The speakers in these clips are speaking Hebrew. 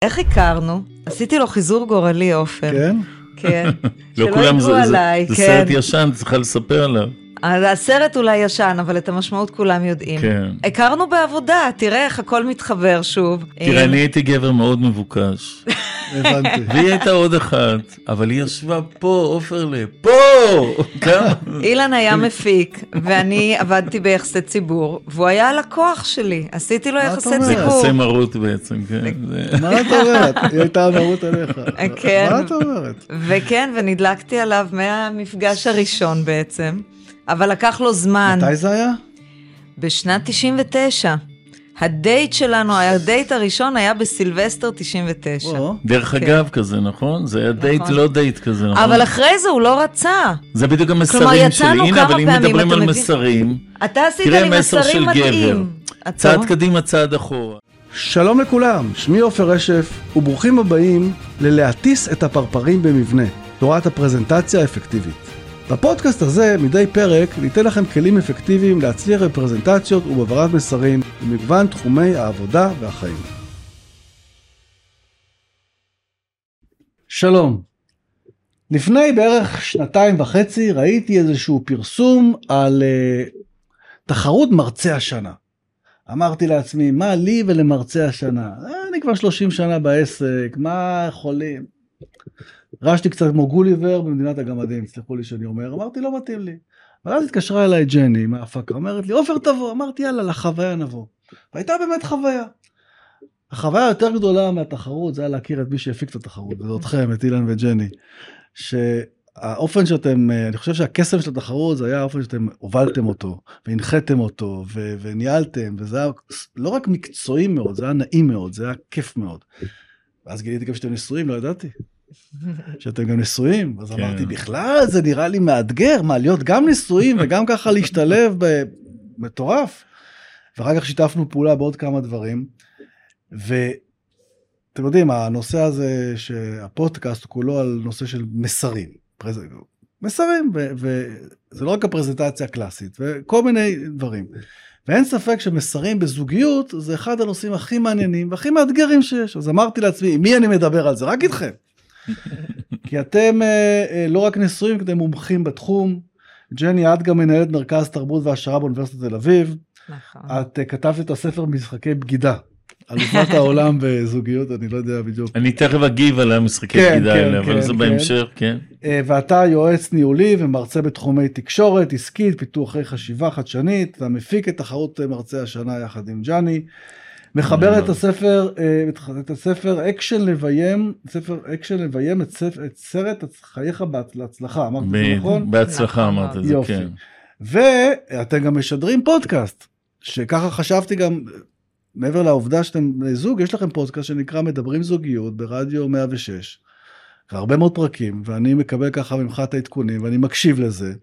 איך הכרנו? עשיתי לו חיזור גורלי, עופר. כן? כן. לא כולם, זה סרט ישן, צריכה לספר עליו. הסרט אולי ישן, אבל את המשמעות כולם יודעים. כן. הכרנו בעבודה, תראה איך הכל מתחבר שוב. תראה, אני הייתי גבר מאוד מבוקש. הבנתי. והיא הייתה עוד אחת, אבל היא ישבה פה, עופרלה, פה! אילן היה מפיק, ואני עבדתי ביחסי ציבור, והוא היה הלקוח שלי. עשיתי לו יחסי ציבור. זה יחסי מרות בעצם, כן. מה את אומרת? היא הייתה מרות עליך. כן. מה את אומרת? וכן, ונדלקתי עליו מהמפגש הראשון בעצם. אבל לקח לו זמן. מתי זה היה? בשנת 99. הדייט שלנו, הדייט הראשון היה בסילבסטר 99. דרך אגב כזה, נכון? זה היה דייט לא דייט כזה, נכון? אבל אחרי זה הוא לא רצה. זה בדיוק המסרים שלי. הנה, אבל אם מדברים על מסרים, אתה עשית לי מסרים מתאים. צעד קדימה, צעד אחורה. שלום לכולם, שמי עופר רשף, וברוכים הבאים ללהטיס את הפרפרים במבנה, תורת הפרזנטציה האפקטיבית. בפודקאסט הזה, מדי פרק, ניתן לכם כלים אפקטיביים להצליח בפרזנטציות ובהעברת מסרים במגוון תחומי העבודה והחיים. שלום. לפני בערך 2.5 ראיתי איזשהו פרסום על תחרות מרצה השנה. אמרתי לעצמי, מה לי ולמרצה השנה? אני כבר 30 שנה בעסק, מה יכולים? רשתי קצת כמו גוליבר במדינת הגמדים, סליחו לי שאני אומר, אמרתי לא מתאים לי. אבל אז התקשרה אליי ג'ני מההפקה, אומרת לי, עופר תבוא, אמרתי יאללה, לחוויה נבוא. והייתה באמת חוויה. החוויה יותר גדולה מהתחרות, זה היה להכיר את מי שהפיק את התחרות, וזה אתכם, את אילן וג'ני. שהאופן שאתם, אני חושב שהקסם של התחרות, זה היה האופן שאתם הובלתם אותו, והנחיתם אותו, וניהלתם, וזה היה לא רק מקצועי מאוד, זה היה נעים מאוד, זה היה כיף מאוד. ואז גיליתי גם שאתם נשואים, לא ידעתי. שאתם גם נשואים, אז אמרתי, בכלל זה נראה לי מאתגר, מה, להיות גם נשואים וגם ככה להשתלב במטורף. ואחר כך שיתפנו פעולה בעוד כמה דברים, ואתם יודעים, הנושא הזה שהפודקאסט כולו על נושא של מסרים, מסרים, וזה לא רק הפרזנטציה הקלאסית, וכל מיני דברים. ואין ספק שמסרים בזוגיות, זה אחד הנושאים הכי מעניינים והכי מאתגרים שיש. אז אמרתי לעצמי, עם מי אני מדבר על זה? רק איתכם. כי אתם לא רק נשואים, כי אתם מומחים בתחום. ג'ני, את גם מנהלת מרכז תרבות והעשרה באוניברסיטת תל אביב. נכון. את כתבת את הספר משחקי בגידה. אלופת העולם בזוגיות, אני לא יודע בדיוק. אני תכף אגיב על המשחקי בגידה האלה, אבל זה בהמשך, כן. ואתה יועץ ניהולי ומרצה בתחומי תקשורת, עסקית, פיתוחי חשיבה חדשנית, אתה מפיק את תחרות מרצה השנה יחד עם ג'ני. מחבר את הספר אקשן לביים, את סרט חייך להצלחה, אמרת את זה נכון? בהצלחה אמרת את זה, כן. ואתם גם משדרים פודקאסט, שככה חשבתי גם, מעבר לעובדה שאתם זוג, יש לכם פודקאסט שנקרא מדברים זוגיות ברדיו 106, והרבה מאוד פרקים, ואני מקבל ככה ממך את העדכונים, ואני מקשיב לזה,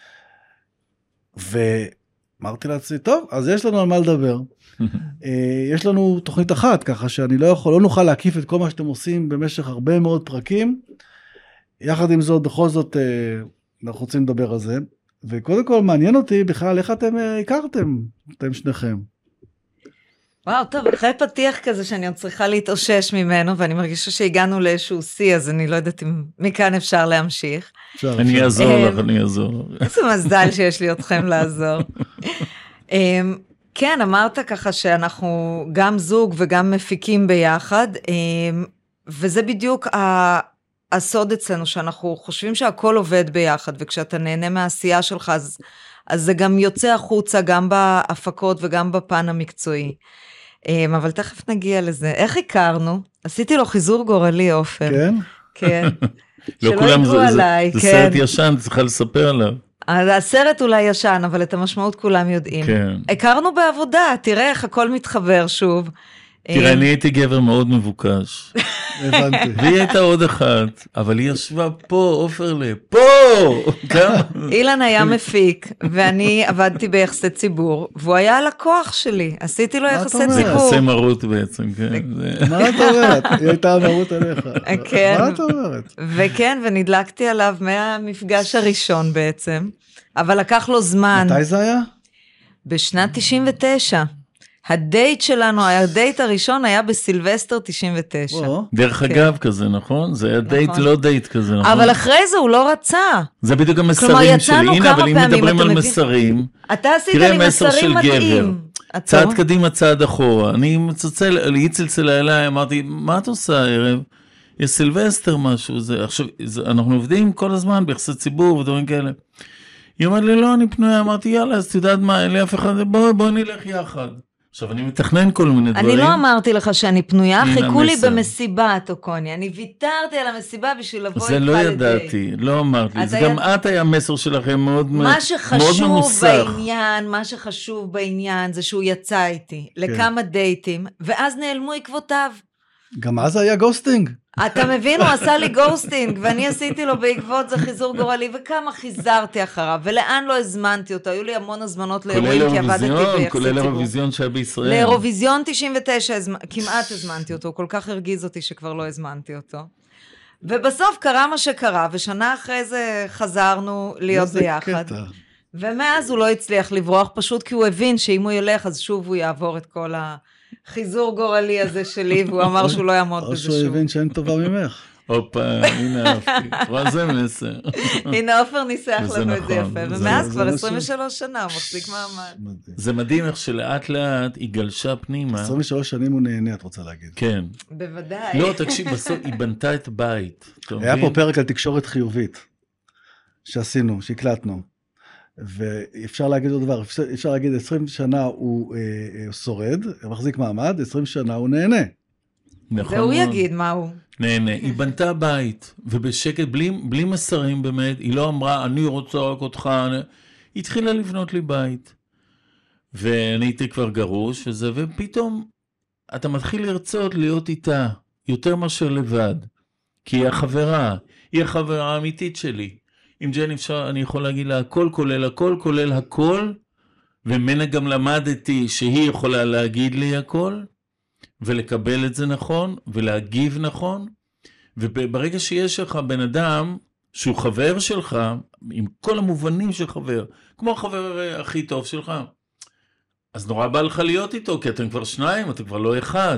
ואמרתי לעצמי, טוב, אז יש לנו על מה לדבר. יש לנו תוכנית אחת, ככה שאני לא נוכל להקיף את כל מה שאתם עושים במשך הרבה מאוד פרקים. יחד עם זאת, בכל זאת, אנחנו רוצים לדבר על זה. וקודם כל, מעניין אותי בכלל איך אתם הכרתם, אתם שניכם. וואו, טוב, אחרי פתיח כזה שאני עוד צריכה להתאושש ממנו, ואני מרגישה שהגענו לאיזשהו שיא, אז אני לא יודעת אם מכאן אפשר להמשיך. אני אעזור לך, אני אעזור. איזה מזל שיש לי אתכם לעזור. כן, אמרת ככה שאנחנו גם זוג וגם מפיקים ביחד, וזה בדיוק הסוד אצלנו, שאנחנו חושבים שהכל עובד ביחד, וכשאתה נהנה מהעשייה שלך, אז זה גם יוצא החוצה, גם בהפקות וגם בפן המקצועי. אבל תכף נגיע לזה. איך הכרנו? עשיתי לו חיזור גורלי, עופר. כן? כן. לא כולם, זה סרט ישן, צריכה לספר עליו. הסרט אולי ישן, אבל את המשמעות כולם יודעים. כן. הכרנו בעבודה, תראה איך הכל מתחבר שוב. תראה, אני הייתי גבר מאוד מבוקש. הבנתי. והיא הייתה עוד אחת, אבל היא ישבה פה, עופרלה, פה! אילן היה מפיק, ואני עבדתי ביחסי ציבור, והוא היה הלקוח שלי, עשיתי לו יחסי ציבור. זה יחסי מרות בעצם, כן. מה את אומרת? היא הייתה מרות עליך. כן. מה את אומרת? וכן, ונדלקתי עליו מהמפגש הראשון בעצם, אבל לקח לו זמן. מתי זה היה? בשנת 99. הדייט שלנו, הדייט הראשון היה בסילבסטר 99. דרך אגב כזה, נכון? זה היה דייט לא דייט כזה, נכון? אבל אחרי זה הוא לא רצה. זה בדיוק המסרים שלי. הנה, אבל אם מדברים על מסרים, אתה עשית לי מסרים מתאים. צעד קדימה, צעד אחורה. אני צלצל אליי, אמרתי, מה את עושה הערב? יש סילבסטר משהו. עכשיו, אנחנו עובדים כל הזמן ביחסי ציבור ודברים כאלה. היא אומרת לי, לא, אני פנויה. אמרתי, יאללה, אז תדעת מה, אין לי אף אחד, בוא נלך יחד. עכשיו, אני מתכנן כל מיני דברים. אני לא אמרתי לך שאני פנויה, חיכו לי במסיבה, טוקוני. אני ויתרתי על המסיבה בשביל לבוא איתך לדייט. זה לא ידעתי, לא אמרתי. זה גם את היה מסר שלכם מאוד ממוסך. מה שחשוב בעניין זה שהוא יצא איתי לכמה דייטים, ואז נעלמו עקבותיו. גם אז היה גוסטינג. אתה מבין, הוא עשה לי גוסטינג, ואני עשיתי לו בעקבות זה חיזור גורלי, וכמה חיזרתי אחריו, ולאן לא הזמנתי אותו, היו לי המון הזמנות לאירועים, כי עבדתי ביחסי ציבור. כולל אירוויזיון שהיה בישראל. לאירוויזיון 99, כמעט הזמנתי אותו, כל כך הרגיז אותי שכבר לא הזמנתי אותו. ובסוף קרה מה שקרה, ושנה אחרי זה חזרנו להיות ביחד. ומאז הוא לא הצליח לברוח, פשוט כי הוא הבין שאם הוא ילך, אז שוב הוא יעבור את כל חיזור גורלי הזה שלי, והוא אמר שהוא לא יעמוד בזה שוב. או שהוא הבין שאין טובה ממך. הופה, הנה אהבתי. זה מסר. הנה אופר ניסח לנו את זה יפה, ומאז כבר 23 שנה, הוא מחזיק מעמד. זה מדהים איך שלאט לאט היא גלשה פנימה. 23 שנים הוא נהנה, את רוצה להגיד. כן. בוודאי. לא, תקשיב, בסוף היא בנתה את בית. היה פה פרק על תקשורת חיובית, שעשינו, שהקלטנו. ואפשר להגיד עוד דבר, אפשר להגיד 20 שנה הוא שורד, מחזיק מעמד, 20 שנה הוא נהנה. נכון. והוא יגיד מה הוא. נהנה, היא בנתה בית, ובשקט, בלי מסרים באמת, היא לא אמרה, אני רוצה רק אותך, היא התחילה לבנות לי בית. ואני הייתי כבר גרוש וזה, ופתאום אתה מתחיל לרצות להיות איתה, יותר מאשר לבד. כי היא החברה האמיתית שלי. עם ג'ן אני יכול להגיד לה, הכל כולל הכל, וממנה גם למדתי שהיא יכולה להגיד לי הכל, ולקבל את זה נכון, ולהגיב נכון, וברגע שיש לך בן אדם, שהוא חבר שלך, עם כל המובנים של חבר, כמו החבר הכי טוב שלך, אז נורא בא לך להיות איתו, כי אתם כבר שניים, אתם כבר לא אחד.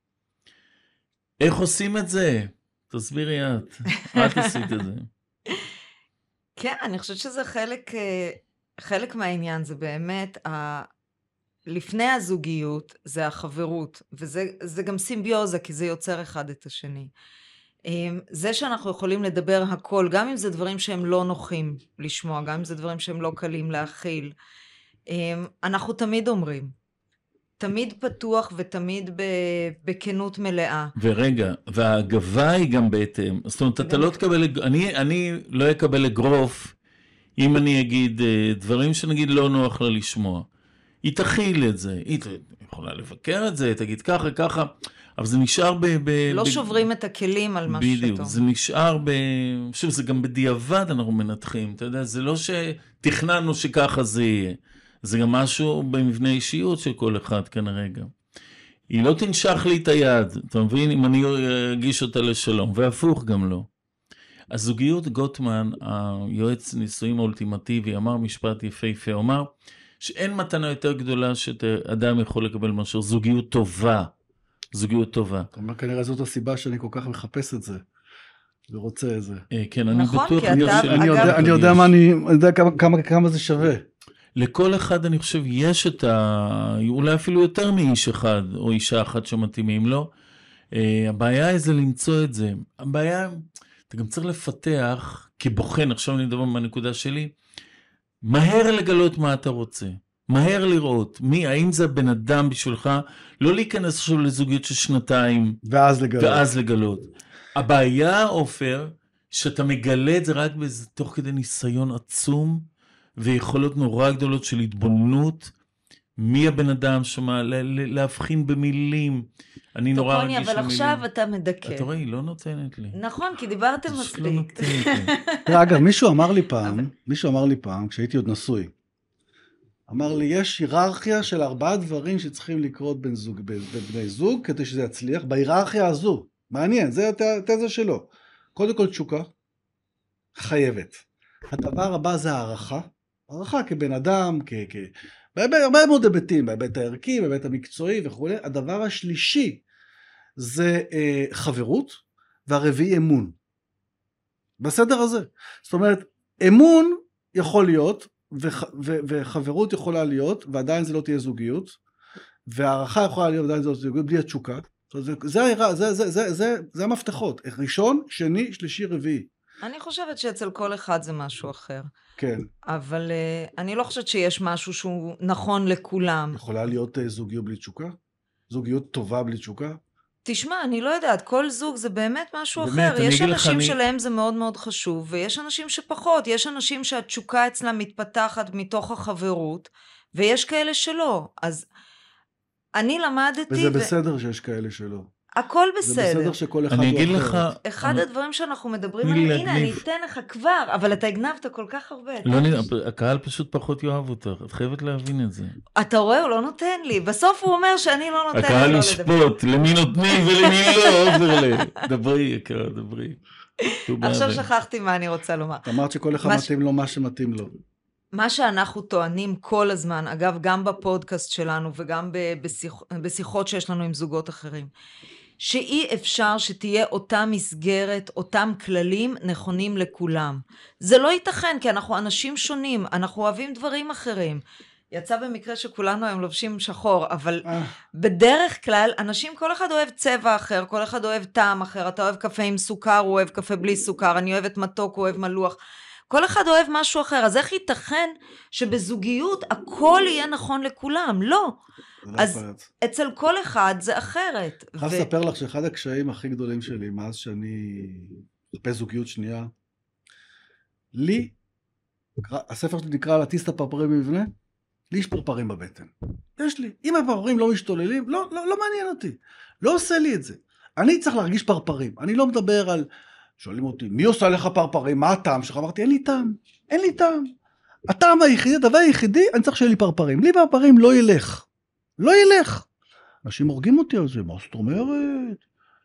איך עושים את זה? תסבירי את עשית את זה. כן, אני חושבת שזה חלק מהעניין, זה באמת, לפני הזוגיות זה החברות, וזה גם סימביוזה, כי זה יוצר אחד את השני. זה שאנחנו יכולים לדבר הכל, גם אם זה דברים שהם לא נוחים לשמוע, גם אם זה דברים שהם לא קלים להכיל, אנחנו תמיד אומרים, תמיד פתוח ותמיד בכנות מלאה. ורגע, והאגבה היא גם בהתאם. זאת אומרת, אתה לא תקבל, אני לא אקבל אגרוף, אם אני אגיד דברים שנגיד לא נוח לה לשמוע. היא תכיל את זה, היא יכולה לבקר את זה, תגיד ככה, אבל זה נשאר לא שוברים את הכלים על משהו בדיוק, זה נשאר שוב, זה גם בדיעבד אנחנו מנתחים, אתה יודע, זה לא שתכננו שככה זה יהיה. זה גם משהו במבנה אישיות של כל אחד כנראה גם. היא לא תנשך לי את היד, אתה מבין? אם אני אגיש אותה לשלום, והפוך גם לא. הזוגיות גוטמן, היועץ נישואים האולטימטיבי, אמר משפט יפה, הוא אמר שאין מתנה יותר גדולה שאדם יכול לקבל מאשר זוגיות טובה. זוגיות טובה. אתה אומר, כנראה זאת הסיבה שאני כל כך מחפש את זה. ורוצה את זה. כן, אני נכון, בטוח. אני יודע כמה זה שווה. לכל אחד אני חושב יש אולי אפילו יותר מאיש אחד או אישה אחת שמתאימים לו. הבעיה היא זה למצוא את זה. הבעיה, אתה גם צריך לפתח, כבוחן, עכשיו אני מדבר מהנקודה שלי, מהר לגלות מה אתה רוצה. מהר לראות, האם זה בן אדם בשבילך, לא להיכנס עכשיו לזוגיות של שנתיים, ואז לגלות. הבעיה, עופר, שאתה מגלה את זה רק תוך כדי ניסיון עצום, ויכולות נורא גדולות של התבוננות, מי הבן אדם שמה, להבחין במילים. אני נורא רגיש למילים. אבל עכשיו אתה מדכא. אתה רואה, היא לא נותנת לי. נכון, כי דיברתם מספיק. אגב, מישהו אמר לי פעם, כשהייתי עוד נשוי, אמר לי, יש היררכיה של 4 דברים שצריכים לקרות בין בני זוג, כדי שזה יצליח, בהיררכיה הזו. מעניין, זה התזה שלו. קודם כל תשוקה, חייבת. הדבר הבא זה הערכה כבן אדם, בהרבה מאוד היבטים, בהיבט הערכי, בהיבט המקצועי וכו'. הדבר השלישי זה חברות, והרביעי אמון. בסדר הזה. זאת אומרת, אמון יכול להיות, וחברות יכולה להיות, ועדיין זה לא תהיה זוגיות, והערכה יכולה להיות, ועדיין זה לא תהיה זוגיות, בלי התשוקה. זה המפתחות. ראשון, שני, שלישי, רביעי. אני חושבת שאצל כל אחד זה משהו אחר. כן. אבל אני לא חושבת שיש משהו שהוא נכון לכולם. יכולה להיות זוגיות בלי תשוקה? זוגיות טובה בלי תשוקה? תשמע, אני לא יודעת, כל זוג זה באמת משהו באמת, אחר. יש אנשים שלהם זה מאוד מאוד חשוב, ויש אנשים שפחות. יש אנשים שהתשוקה אצלם מתפתחת מתוך החברות, ויש כאלה שלא. אז אני למדתי... וזה בסדר שיש כאלה שלא. הכל בסדר. זה בסדר שכל אחד אני הוא אגיד אחרת. לך... אחד הדברים שאנחנו מדברים עליהם, הנה, אני אתן לך כבר, אבל אתה הגנבת כל כך הרבה. הקהל פשוט פחות יאהב אותך, את חייבת להבין את זה. אתה רואה, הוא לא נותן לי. בסוף הוא אומר שאני לא נותן לי לא הקהל לדבר. ישפוט, למי נותנים ולמי לא עובר לי. דברי, יקרה, דברי. עכשיו שכחתי מה אני רוצה לומר. אמרת שכל אחד מתאים לו מה שמתאים לו. מה שאנחנו טוענים כל הזמן, אגב, גם בפודקאסט שלנו וגם בשיחות שיש לנו עם זוגות אחרים, שאי אפשר שתהיה אותה מסגרת, אותם כללים נכונים לכולם. זה לא ייתכן, כי אנחנו אנשים שונים, אנחנו אוהבים דברים אחרים. יצא במקרה שכולנו היום לובשים שחור, אבל בדרך כלל, אנשים, כל אחד אוהב צבע אחר, כל אחד אוהב טעם אחר, אתה אוהב קפה עם סוכר, הוא אוהב קפה בלי סוכר, אני אוהבת מתוק, הוא אוהב מלוח. כל אחד אוהב משהו אחר, אז איך ייתכן שבזוגיות הכל יהיה נכון לכולם? לא. אז אצל כל אחד זה אחרת. אני יכול לספר לך שאחד הקשיים הכי גדולים שלי, מאז שאני מחפש זוגיות שנייה, לי, הספר שלי נקרא להטיס את הפרפרים במבנה, לי יש פרפרים בבטן. יש לי. אם הפרפרים לא משתוללים, לא מעניין אותי. לא עושה לי את זה. אני צריך להרגיש פרפרים. אני לא מדבר על... שואלים אותי, מי עושה לך פרפרים? מה הטעם שלך? אמרתי, אין לי טעם. אין לי טעם. הטעם היחידי, הדבר היחידי, אני צריך שיהיה לי פרפרים. לי פרפרים לא ילך. לא ילך. אנשים הורגים אותי על זה. מה זאת אומרת?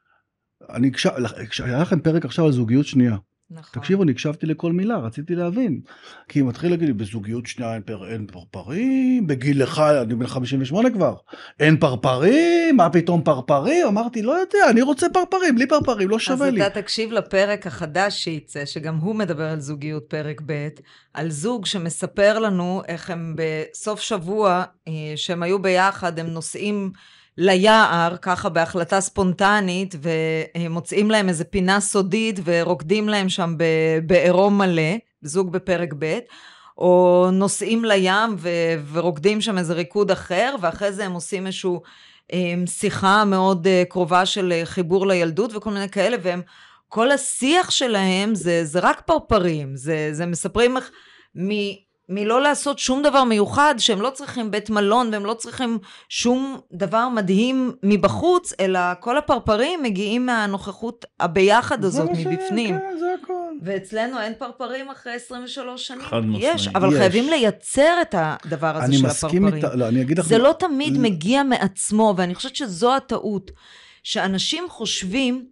היה לכם פרק עכשיו על זוגיות שנייה. נכון. תקשיבו, אני הקשבתי לכל מילה, רציתי להבין. כי אם מתחיל להגיד לי, בזוגיות שנייה אין פרפרים, בגיל אחד, אני בן 58 כבר, אין פרפרים, מה פתאום פרפרים? אמרתי, לא יודע, אני רוצה פרפרים, בלי פרפרים, לא שווה לי. אז אתה תקשיב לפרק החדש שייצא, שגם הוא מדבר על זוגיות פרק ב', על זוג שמספר לנו איך הם בסוף שבוע, שהם היו ביחד, הם נוסעים ליער, ככה בהחלטה ספונטנית, ומוצאים להם איזה פינה סודית, ורוקדים להם שם בעירום מלא, זוג בפרק ב', או נוסעים לים, ורוקדים שם איזה ריקוד אחר, ואחרי זה הם עושים איזשהו שיחה מאוד קרובה של חיבור לילדות, וכל מיני כאלה, והם, כל השיח שלהם, זה רק פרפרים, זה מספרים מלא לעשות שום דבר מיוחד, שהם לא צריכים בית מלון, והם לא צריכים שום דבר מדהים מבחוץ, אלא כל הפרפרים מגיעים מהנוכחות הביחד הזאת מבפנים. כן, זה הכל. ואצלנו אין פרפרים אחרי 23 שנים. חד משמעית. יש, אבל חייבים לייצר את הדבר הזה של הפרפרים. אני מסכים איתה, לא, אני אגיד לך... זה לא תמיד מגיע מעצמו, ואני חושבת שזו הטעות, שאנשים חושבים,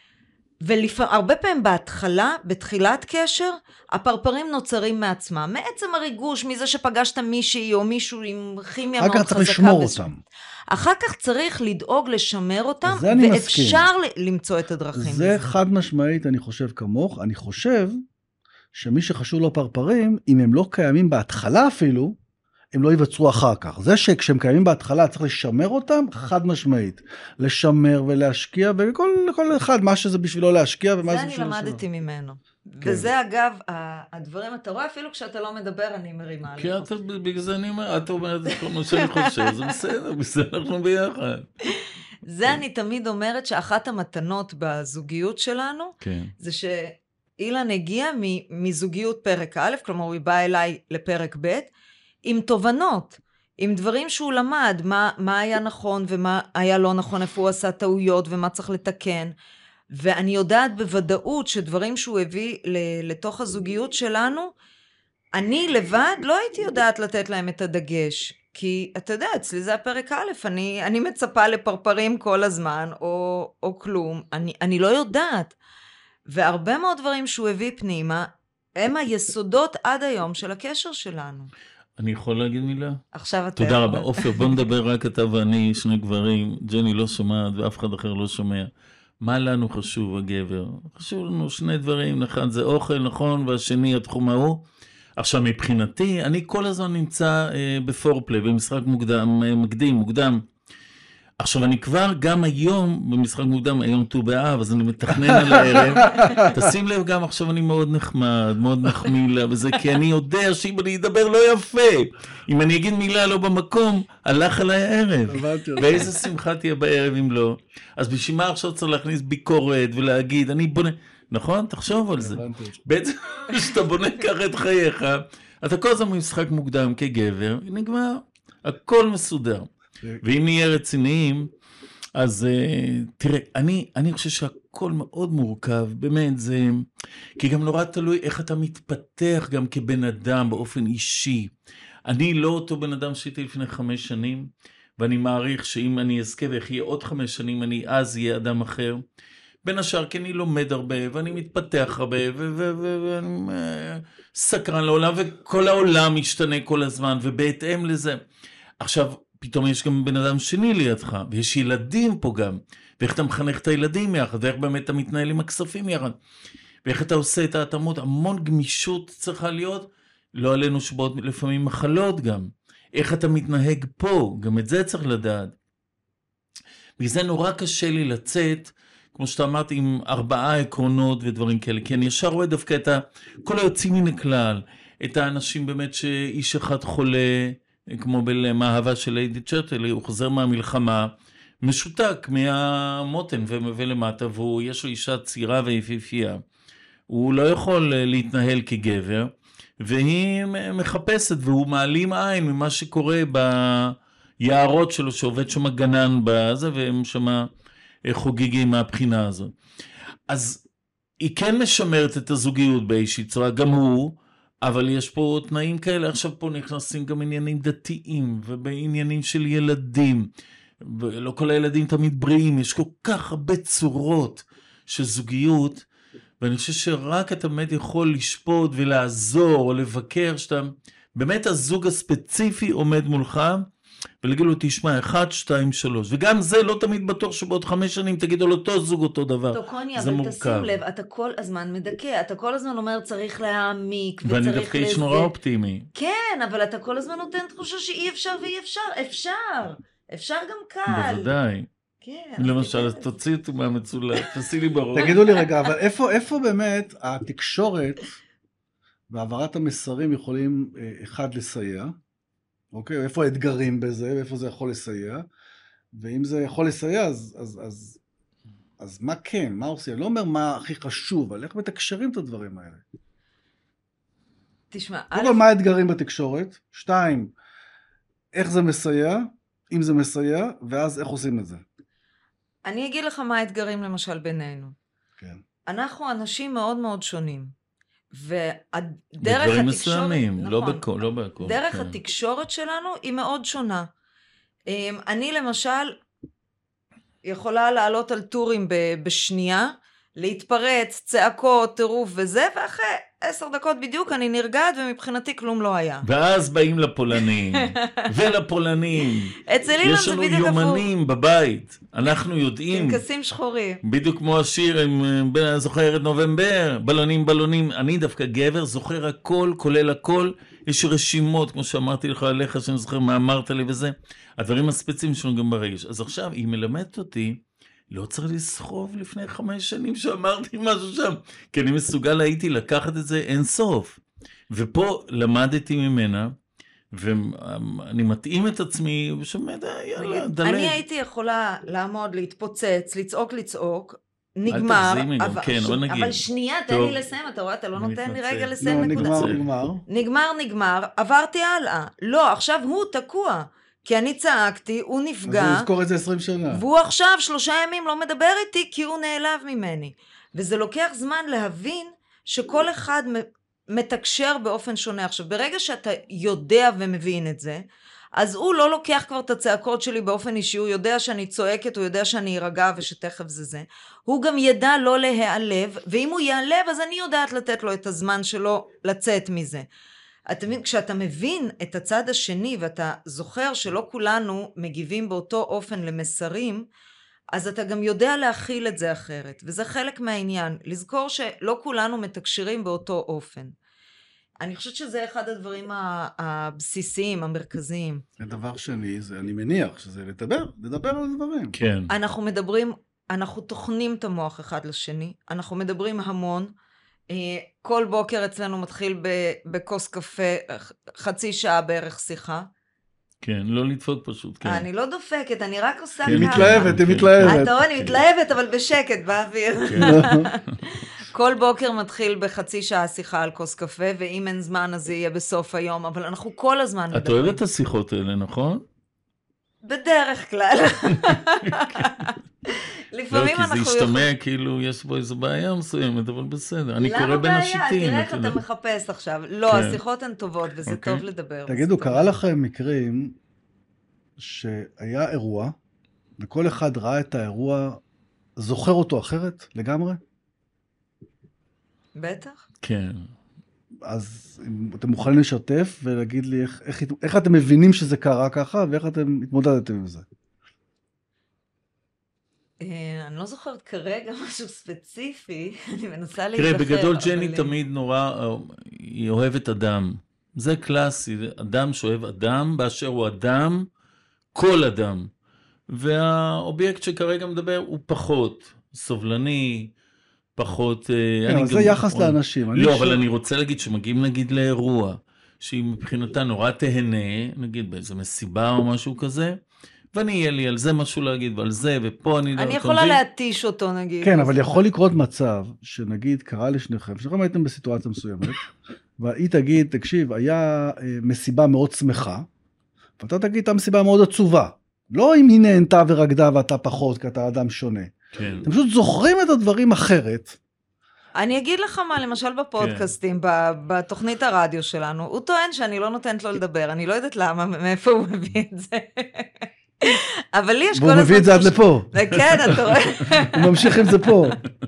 והרבה פעמים בהתחלה, בתחילת קשר, הפרפרים נוצרים מעצמם, מעצם הריגוש, מזה שפגשת מישהי או מישהו עם כימיה מאוד חזקה. אחר כך צריך לשמור אותם. אחר כך צריך לדאוג לשמר אותם, ואפשר למצוא את הדרכים. זה חד משמעית, אני חושב כמוך. אני חושב שמי שחשוב לו פרפרים, אם הם לא קיימים בהתחלה אפילו, הם לא ייווצרו אחר כך. זה שכשהם קיימים בהתחלה צריך לשמר אותם, חד משמעית. לשמר ולהשקיע, וכל אחד מה שזה בשבילו להשקיע ומה זה בשבילו. זה אני למדתי ממנו. וזה אגב, הדברים, אתה רואה אפילו כשאתה לא מדבר, אני מרימה. כי בגלל זה אני אומר, אתה אומרת את כל מה שאני חושב, זה בסדר, אנחנו ביחד. זה אני תמיד אומרת שאחת המתנות בזוגיות שלנו, זה שאילן הגיע מזוגיות פרק א', כלומר הוא בא אליי לפרק ב', עם תובנות, עם דברים שהוא למד, מה היה נכון ומה היה לא נכון, איפה הוא עשה טעויות ומה צריך לתקן. ואני יודעת בוודאות שדברים שהוא הביא לתוך הזוגיות שלנו, אני לבד לא הייתי יודעת לתת להם את הדגש. כי אתה יודע, אצלי זה הפרק א', אני מצפה לפרפרים כל הזמן, או כלום, אני לא יודעת. והרבה מאוד דברים שהוא הביא פנימה, הם היסודות עד היום של הקשר שלנו. אני יכול להגיד מילה? עכשיו אתה תודה רבה. עופר, בוא נדבר רק אתה ואני, שני גברים. ג'ני לא שומעת ואף אחד אחר לא שומע. מה לנו חשוב, הגבר? חשוב לנו שני דברים, אחד זה אוכל, נכון, והשני התחום ההוא. עכשיו, מבחינתי, אני כל הזמן נמצא בפורפלי, במשחק מוקדם. עכשיו, אני כבר גם היום, במשחק מוקדם, היום ט"ו באב, אז אני מתכנן על הערב. תשים לב גם, עכשיו אני מאוד נחמד, מאוד מחמיא לה, וזה כי אני יודע שאם אני אדבר לא יפה, אם אני אגיד מילה לא במקום, הלך עליי הערב. ואיזה שמחה תהיה בערב אם לא. אז בשביל מה עכשיו צריך להכניס ביקורת ולהגיד, אני בונה, נכון? תחשוב על זה. בעצם, כשאתה בונה ככה את חייך, אתה כל הזמן במשחק מוקדם כגבר, נגמר, הכל מסודר. ואם נהיה רציניים, אז תראה, אני חושב שהכל מאוד מורכב, באמת זה, כי גם נורא תלוי איך אתה מתפתח גם כבן אדם באופן אישי. אני לא אותו בן אדם שהייתי לפני 5 שנים, ואני מעריך שאם אני אזכה ואחיה עוד 5 שנים, אני אז אהיה אדם אחר. בין השאר, כי אני לומד הרבה, ואני מתפתח הרבה, ואני סקרן לעולם, וכל העולם משתנה כל הזמן, ובהתאם לזה. עכשיו, פתאום יש גם בן אדם שני לידך, ויש ילדים פה גם, ואיך אתה מחנך את הילדים יחד, ואיך באמת אתה מתנהל עם הכספים יחד, ואיך אתה עושה את ההתאמות, המון גמישות צריכה להיות, לא עלינו שבועות לפעמים מחלות גם, איך אתה מתנהג פה, גם את זה צריך לדעת. וזה נורא קשה לי לצאת, כמו שאתה אמרת, עם 4 עקרונות ודברים כאלה, כי אני ישר רואה דווקא את כל היוצאים מן הכלל, את האנשים באמת שאיש אחד חולה, כמו במאהבה של ליידי צ'רטל, הוא חוזר מהמלחמה, משותק מהמותן ולמטה, ויש לו אישה צעירה ויפיפייה. הוא לא יכול להתנהל כגבר, והיא מחפשת, והוא מעלים עין ממה שקורה ביערות שלו, שעובד שם גנן בזה, והם שם חוגגים מהבחינה הזאת. אז היא כן משמרת את הזוגיות באיזושהי צורה, גם הוא, אבל יש פה תנאים כאלה, עכשיו פה נכנסים גם עניינים דתיים, ובעניינים של ילדים, ולא כל הילדים תמיד בריאים, יש כל כך הרבה צורות של זוגיות, ואני חושב שרק אתה באמת יכול לשפוט ולעזור, או לבקר, שאתה באמת הזוג הספציפי עומד מולך, ולהגיד לו, תשמע, 1, 2, 3, וגם זה לא תמיד בטוח שבעוד 5 שנים תגידו לו אותו זוג אותו דבר, זה מורכב. אבל תשים לב, אתה כל הזמן מדכא, אתה כל הזמן אומר צריך להעמיק, וצריך ואני דווקא איש נורא אופטימי. כן, אבל אתה כל הזמן נותן תחושה שאי אפשר ואי אפשר, אפשר גם קל. בוודאי. כן. למשל, תוציא אותי מהמצולת, תעשי לי בראש. תגידו לי רגע, אבל איפה באמת התקשורת והעברת המסרים יכולים אחד לסייע? אוקיי, איפה האתגרים בזה, ואיפה זה יכול לסייע, ואם זה יכול לסייע, אז מה כן, מה עושים? אני לא אומר מה הכי חשוב, אבל איך מתקשרים את הדברים האלה? תשמע, קודם כל, מה האתגרים בתקשורת? 2, איך זה מסייע, אם זה מסייע, ואז איך עושים את זה? אני אגיד לך מה האתגרים למשל בינינו. כן. אנחנו אנשים מאוד מאוד שונים. ודרך בדברים התקשורת, מסוימים, נכון, לא בהכל. דרך כן. התקשורת שלנו היא מאוד שונה. אני למשל יכולה לעלות על טורים בשנייה, להתפרץ, צעקות, טירוף וזה, ואחרי 10 דקות בדיוק אני נרגעת, ומבחינתי כלום לא היה. ואז באים לפולנים, ולפולנים. אצל אילן יש זה לנו בדיוק הפוך. יומנים בבית, אנחנו יודעים. פנקסים שחורים. בדיוק כמו השיר, זוכר את נובמבר, בלונים. אני דווקא גבר, זוכר הכל, כולל הכל. יש רשימות, כמו שאמרתי לך עליך, שאני זוכר מה אמרת לי וזה. הדברים הספציפיים שלנו גם ברגש. אז עכשיו, היא מלמדת אותי, לא צריך לסחוב לפני 5 שנים שאמרתי משהו שם, כי אני מסוגל הייתי לקחת את זה אין סוף. ופה למדתי ממנה, ואני מתאים את עצמי, ושומעת, יאללה, דלג. אני הייתי יכולה לעמוד, להתפוצץ, לצעוק, נגמר, אבל שנייה, תן לי לסיים, אתה רואה, אתה לא נותן לי רגע לסיים נקודה. נגמר, עברתי הלאה. לא, עכשיו הוא תקוע. כי אני צעקתי, הוא נפגע. אז הוא יזכור את זה 20 שנה. והוא עכשיו 3 ימים לא מדבר איתי, כי הוא נעלב ממני. וזה לוקח זמן להבין שכל אחד מתקשר באופן שונה. עכשיו, ברגע שאתה יודע ומבין את זה, אז הוא לא לוקח כבר את הצעקות שלי באופן אישי, הוא יודע שאני צועקת, הוא יודע שאני ארגע ושתכף זה. הוא גם ידע לא להיעלב, ואם הוא יעלב, אז אני יודעת לתת לו את הזמן שלו לצאת מזה. אתה מבין, כשאתה מבין את הצד השני, ואתה זוכר שלא כולנו מגיבים באותו אופן למסרים, אז אתה גם יודע להכיל את זה אחרת, וזה חלק מהעניין, לזכור שלא כולנו מתקשרים באותו אופן. אני חושבת שזה אחד הדברים הבסיסיים, המרכזיים. הדבר שני, זה אני מניח שזה לדבר על דברים. כן. אנחנו מדברים, אנחנו תוכנים את המוח אחד לשני, אנחנו מדברים המון, כל בוקר אצלנו מתחיל בכוס קפה, חצי שעה בערך שיחה. כן, לא לדפוק פשוט, כן. אני לא דופקת, אני רק עושה היא ככה. מתלהבת, היא מתלהבת. אתה רואה, אני מתלהבת, אבל בשקט, באוויר. כל בוקר מתחיל בחצי שעה שיחה על כוס קפה, ואם אין זמן אז זה יהיה בסוף היום, אבל אנחנו כל הזמן מדברים. את אוהבת את השיחות האלה, נכון? בדרך כלל. לפעמים לא, אנחנו כי זה ישתמע כאילו יש בו איזו בעיה מסוימת, אבל בסדר. אני קורא בין השיטים. למה בעיה? תראה איך אתה מחפש עכשיו. לא, השיחות הן טובות וזה טוב לדבר. תגידו, קרה לכם מקרים שהיה אירוע, וכל אחד ראה את האירוע, זוכר אותו אחרת לגמרי? בטח. כן. אז אתם מוכנים לשתף ולהגיד לי איך אתם מבינים שזה קרה ככה, ואיך אתם התמודדתם עם זה? אני לא זוכרת כרגע משהו ספציפי, אני מנסה להיזכר. תראה, בגדול ג'ני תמיד נורא, היא אוהבת אדם. זה קלאסי, אדם שאוהב אדם, באשר הוא אדם, כל אדם. והאובייקט שכרגע מדבר הוא פחות סובלני, פחות... כן, אבל זה יחס לאנשים. לא, אבל אני רוצה להגיד שמגיעים נגיד לאירוע, שהיא מבחינתה נורא תהנה, נגיד באיזו מסיבה או משהו כזה, ואני יהיה לי על זה משהו להגיד, ועל זה, ופה אני יכולה להתיש אותו נגיד. כן, אבל יכול לקרות מצב, שנגיד קרה לשניכם, שניכם הייתם בסיטואציה מסוימת, והיא תגיד, תקשיב, היה מסיבה מאוד שמחה, ואתה תגיד, הייתה מסיבה מאוד עצובה. לא אם היא נהנתה ורקדה ואתה פחות, כי אתה אדם שונה. כן. אתם פשוט זוכרים את הדברים אחרת. אני אגיד לך מה, למשל בפודקאסטים, בתוכנית הרדיו שלנו, הוא טוען שאני לא נותנת לו לדבר, אני לא יודעת למה, מאיפה הוא מביא את זה. אבל לי יש כל הזמן... והוא מביא את זה עד לפה. כן, אתה רואה. הוא ממשיך עם זה פה.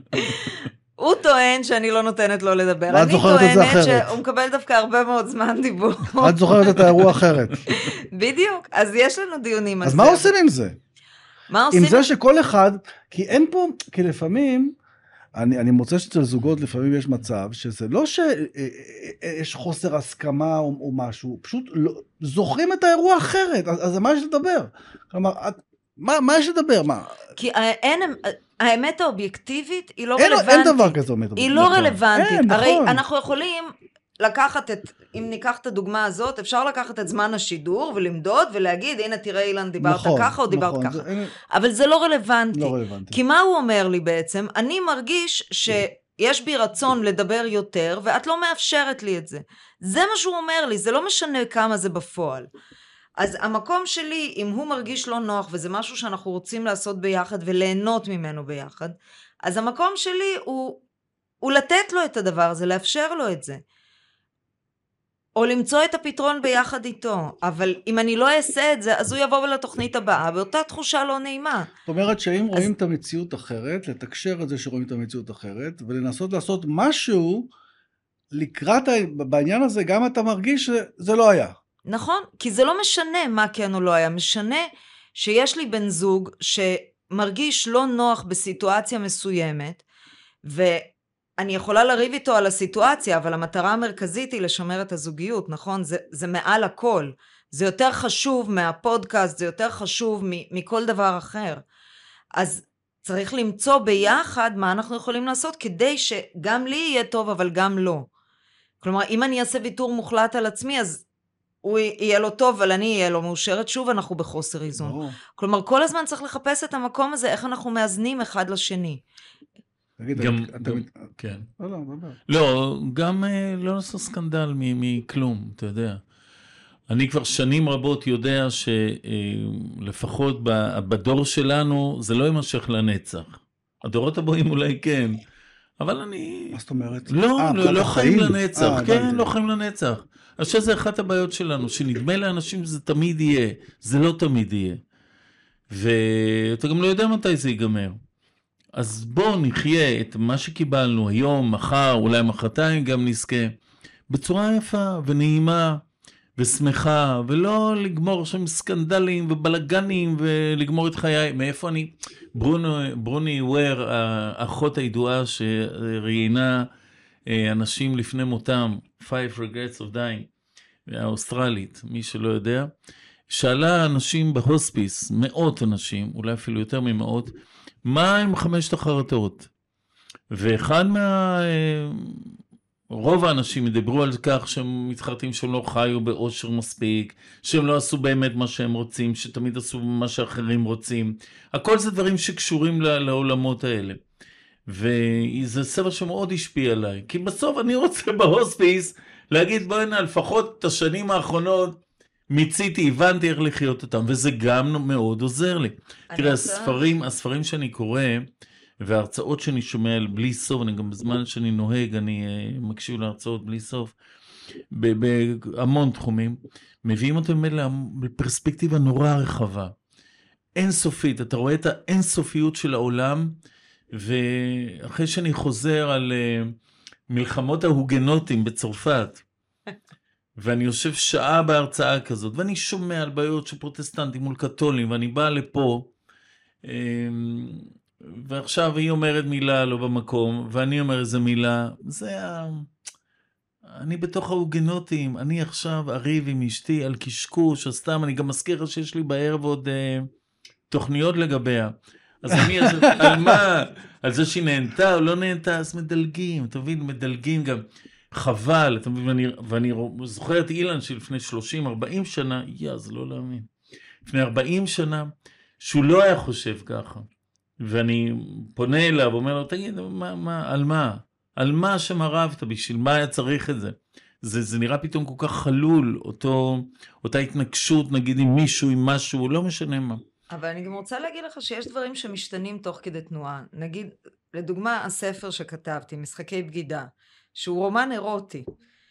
הוא טוען שאני לא נותנת לו לדבר. את זוכרת את זה אחרת. אני טוענת שהוא מקבל דווקא הרבה מאוד זמן דיבור. את זוכרת את האירוע אחרת. בדיוק, אז יש לנו דיונים על זה. אז מה עושים עם זה? מה עושים? עם זה שכל אחד, כי אין פה, כי לפעמים, אני מוצא שאצל זוגות לפעמים יש מצב, שזה לא שיש חוסר הסכמה או משהו, פשוט לא, זוכרים את האירוע אחרת, אז מה יש לדבר? כלומר, מה יש לדבר? מה? כי האמת האובייקטיבית היא לא רלוונטית. אין דבר כזה אמת היא לא רלוונטית. אין, הרי נכון. אנחנו יכולים לקחת אם ניקח את הדוגמה הזאת, אפשר לקחת את זמן השידור ולמדוד ולהגיד, הנה תראה אילן, דיברת ככה או דיברת ככה. אבל זה לא רלוונטי. לא רלוונטי. כי מה הוא אומר לי בעצם? אני מרגיש שיש בי רצון לדבר יותר, ואת לא מאפשרת לי את זה. זה מה שהוא אומר לי, זה לא משנה כמה זה בפועל. אז המקום שלי, אם הוא מרגיש לא נוח, וזה משהו שאנחנו רוצים לעשות ביחד, וליהנות ממנו ביחד, אז המקום שלי הוא לתת לו את הדבר הזה, לאפשר לו את זה. או למצוא את הפתרון ביחד איתו. אבל אם אני לא אעשה את זה, אז הוא יבוא לתוכנית הבאה, באותה תחושה לא נעימה. זאת אומרת שאם רואים את המציאות אחרת, לתקשר את זה שרואים את המציאות אחרת, ולנסות לעשות משהו לקראת בעניין הזה, גם אתה מרגיש שזה לא היה. נכון, כי זה לא משנה מה כן או לא היה, משנה שיש לי בן זוג שמרגיש לא נוח בסיטואציה מסוימת, ואני יכולה לריב איתו על הסיטואציה, אבל המטרה המרכזית היא לשמר את הזוגיות, נכון? זה מעל הכל, זה יותר חשוב מהפודקאסט, זה יותר חשוב מכל דבר אחר. אז צריך למצוא ביחד מה אנחנו יכולים לעשות, כדי שגם לי יהיה טוב, אבל גם לא. כלומר, אם אני אעשה ויתור מוחלט על עצמי, אז הוא יהיה לו טוב, אבל אני אהיה לו מאושרת, שוב אנחנו בחוסר איזון. כלומר, כל הזמן צריך לחפש את המקום הזה, איך אנחנו מאזנים אחד לשני. כן. לא, גם לא לעשות סקנדל מכלום, אתה יודע. אני כבר שנים רבות יודע שלפחות בדור שלנו, זה לא יימשך לנצח. הדורות הבאים אולי כן. אבל אני... מה זאת אומרת? לא חיים לנצח, כן, לא חיים לנצח. אני חושב שזה אחת הבעיות שלנו, שנדמה לאנשים שזה תמיד יהיה, זה לא תמיד יהיה. ואתה גם לא יודע מתי זה ייגמר. אז בואו נחיה את מה שקיבלנו היום, מחר, אולי מחרתיים גם נזכה, בצורה יפה ונעימה ושמחה, ולא לגמור שם סקנדלים ובלגנים ולגמור את חיי. מאיפה אני? ברוני וויר, האחות הידועה שראיינה אנשים לפני מותם, 5 Regrets of Dying, האוסטרלית, מי שלא יודע, שאלה אנשים בהוספיס, מאות אנשים, אולי אפילו יותר ממאות, מה הם 5 החרטות? ואחד רוב האנשים ידברו על כך שהם מתחרטים שהם לא חיו באושר מספיק, שהם לא עשו באמת מה שהם רוצים, שתמיד עשו מה שאחרים רוצים. הכל זה דברים שקשורים לעולמות האלה. וזה ספר שמאוד השפיע עליי, כי בסוף אני רוצה בהוספיס להגיד, בואי הנה, לפחות את השנים האחרונות מיציתי, הבנתי איך לחיות אותם, וזה גם מאוד עוזר לי. תראה, הספרים שאני קורא, וההרצאות שאני שומע בלי סוף, אני גם בזמן שאני נוהג, אני מקשיב להרצאות בלי סוף, בהמון תחומים, מביאים אותם לפרספקטיבה נורא רחבה, אינסופית, אתה רואה את האינסופיות של העולם, ואחרי שאני חוזר על מלחמות ההוגנוטים בצרפת, ואני יושב שעה בהרצאה כזאת, ואני שומע על בעיות של פרוטסטנטים מול קתולים, ואני בא לפה, ועכשיו היא אומרת מילה לא במקום, ואני אומר איזה מילה, אני בתוך ההוגנוטים, אני עכשיו אריב עם אשתי על קשקוש, אז סתם, אני גם מזכיר שיש לי בערב עוד תוכניות לגביה. אז אני, על מה? על זה שהיא נהנתה או לא נהנתה, אז מדלגים, אתה מבין, מדלגים גם. חבל, אתה מבין, ואני זוכר את אילן שלפני 30-40 שנה, זה לא להאמין, לפני 40 שנה, שהוא לא היה חושב ככה. ואני פונה אליו, אומר לו, תגיד, על מה? על מה שמרבת? בשביל מה היה צריך את זה? זה נראה פתאום כל כך חלול, אותה התנגשות, נגיד, עם מישהו, עם משהו, לא משנה מה. אבל אני גם רוצה להגיד לך שיש דברים שמשתנים תוך כדי תנועה. נגיד, לדוגמה, הספר שכתבתי, משחקי בגידה, שהוא רומן אירוטי,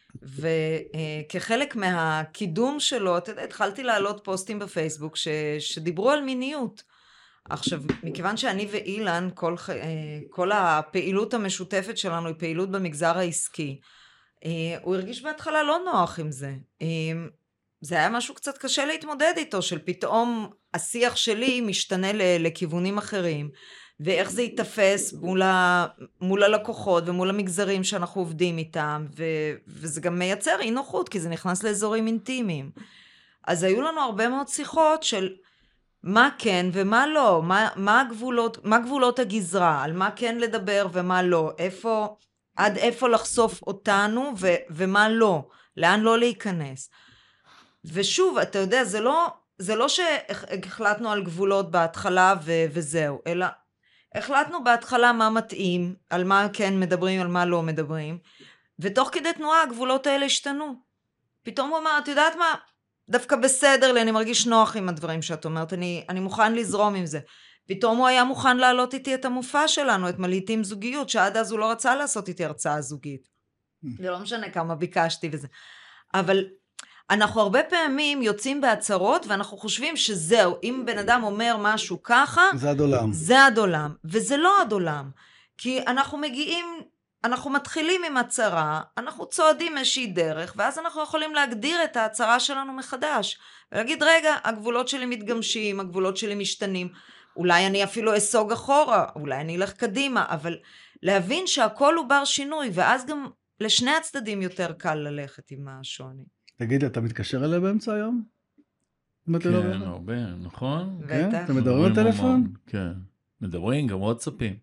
וכחלק מהקידום שלו, התחלתי להעלות פוסטים בפייסבוק שדיברו על מיניות. עכשיו, מכיוון שאני ואילן, כל הפעילות המשותפת שלנו היא פעילות במגזר העסקי, הוא הרגיש בהתחלה לא נוח עם זה. זה היה משהו קצת קשה להתמודד איתו, של פתאום השיח שלי משתנה לכיוונים אחרים, ואיך זה יתפס מול הלקוחות ומול המגזרים שאנחנו עובדים איתם, וזה גם מייצר אי נוחות, כי זה נכנס לאזורים אינטימיים. אז היו לנו הרבה מאוד שיחות של מה כן ומה לא, מה גבולות הגזרה, על מה כן לדבר ומה לא, עד איפה לחשוף אותנו ומה לא, לאן לא להיכנס. ושוב, אתה יודע, זה לא שהחלטנו על גבולות בהתחלה וזהו, אלא החלטנו בהתחלה מה מתאים, על מה כן מדברים, על מה לא מדברים, ותוך כדי תנועה הגבולות האלה השתנו. פתאום הוא אמר, את יודעת מה? דווקא בסדר לי, אני מרגיש נוח עם הדברים שאת אומרת, אני מוכן לזרום עם זה. פתאום הוא היה מוכן להעלות איתי את המופע שלנו, את מלהיטים זוגיות, שעד אז הוא לא רצה לעשות איתי הרצאה זוגית. זה לא משנה כמה ביקשתי וזה. אבל אנחנו הרבה פעמים יוצאים בהצהרות, ואנחנו חושבים שזהו, אם בן אדם אומר משהו ככה, זה עד עולם. וזה לא עד עולם. כי אנחנו מתחילים עם הצהרה, אנחנו צועדים איזושהי דרך, ואז אנחנו יכולים להגדיר את ההצהרה שלנו מחדש. ולהגיד, רגע, הגבולות שלי מתגמשים, הגבולות שלי משתנים. אולי אני אפילו אסוג אחורה, אולי אני אלך קדימה, אבל להבין שהכל הוא בר שינוי, ואז גם לשני הצדדים יותר קל ללכת עם השוני. תגיד, אתה מתקשר אליה באמצע היום? כן, הרבה, נכון? כן? אתם מדברים בטלפון? כן, מדברים, גם וואטסאפים.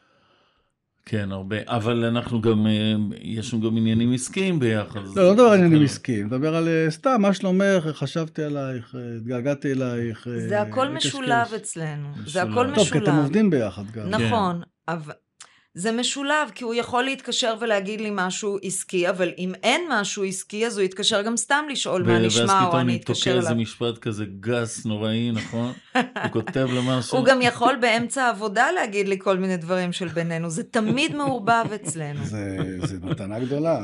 כן, הרבה, אבל אנחנו גם, יש לנו גם עניינים עסקיים ביחד. לא מדבר על עניינים עסקיים, מדבר על סתם, מה שלומך, חשבתי עלייך, התגעגעתי אלייך. זה הכל משולב אצלנו, זה הכל משולב. טוב, כי אתם עובדים ביחד גם. נכון, אבל זה משולב, כי הוא יכול להתקשר ולהגיד לי משהו עסקי, אבל אם אין משהו עסקי, אז הוא יתקשר גם סתם לשאול מה נשמע, או אני אתקשר אליו. ואז פתאום נתקשר איזה משפט כזה גס, נוראי, נכון? הוא כותב למשהו. הוא גם יכול באמצע העבודה להגיד לי כל מיני דברים של בינינו, זה תמיד מעורבב אצלנו. זה מתנה גדולה,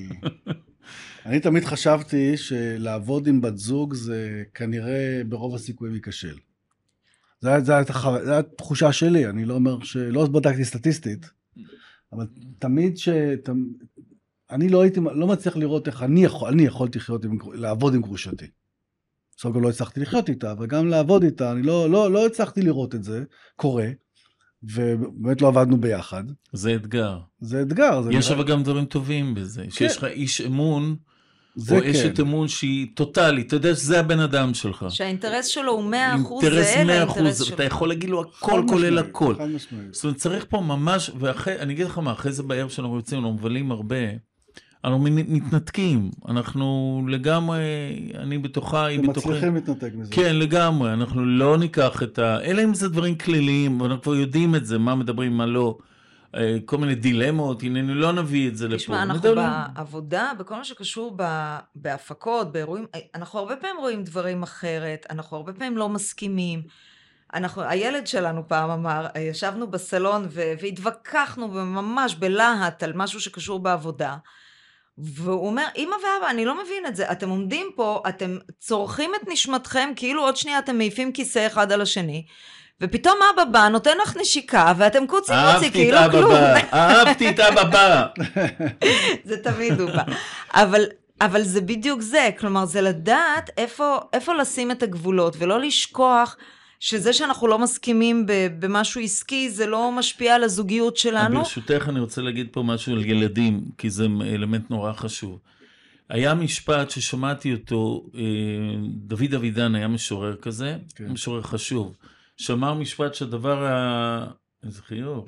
אני תמיד חשבתי שלעבוד עם בת זוג זה כנראה ברוב הסיכויים ייכשל. זו התחושה שלי, אני לא אומר שלא בדקתי סטטיסטית, אבל תמיד אני לא מצליח לראות איך אני יכולתי לעבוד עם גרושתי. בסוף לא הצלחתי לחיות איתה, אבל גם לעבוד איתה, אני לא הצלחתי לראות את זה קורה, ובאמת לא עבדנו ביחד. זה אתגר. זה אתגר. יש אבל גם דברים טובים בזה, שיש לך איש אמון, זה או אשת אמון שהיא טוטלית, אתה יודע שזה הבן אדם שלך. שהאינטרס שלו הוא 100% אינטרס זה לאינטרס 100%, שלך. אתה יכול להגיד לו הכל כולל הכל. חד משמעית. זאת אומרת, צריך פה ממש, אני אגיד לך מה, אחרי זה בערב שאנחנו יוצאים, אנחנו מבלים הרבה, אנחנו מתנתקים, אנחנו לגמרי, אני בתוכה, היא בתוכה. אתם מצליחים להתנתק מזה. כן, לגמרי, אנחנו לא ניקח את אלא אם זה דברים כליליים, ואנחנו כבר יודעים את זה, מה מדברים, מה לא. כל מיני דילמות, הנה, לא נביא את זה לפה. תשמע, אנחנו בעבודה, בכל מה שקשור בהפקות, באירועים, אנחנו הרבה פעמים רואים דברים אחרת, אנחנו הרבה פעמים לא מסכימים. הילד שלנו פעם אמר, ישבנו בסלון והתווכחנו ממש בלהט על משהו שקשור בעבודה, והוא אומר, אמא ואבא, אני לא מבין את זה, אתם עומדים פה, אתם צורכים את נשמתכם, כאילו עוד שנייה אתם מעיפים כיסא אחד על השני, ופתאום אבא בא, נותן לך נשיקה, ואתם קוצי כאילו כלום. אהבתי את אבא בא. זה תמיד הוא בא. אבל זה בדיוק זה, כלומר, זה לדעת איפה לשים את הגבולות, ולא לשכוח שזה שאנחנו לא מסכימים במשהו עסקי, זה לא משפיע על הזוגיות שלנו. ברשותך אני רוצה להגיד פה משהו על ילדים, כי זה אלמנט נורא חשוב. היה משפט ששמעתי אותו, דוד אבידן היה משורר כזה, משורר חשוב. שאמר משפט שהדבר איזה חיוך.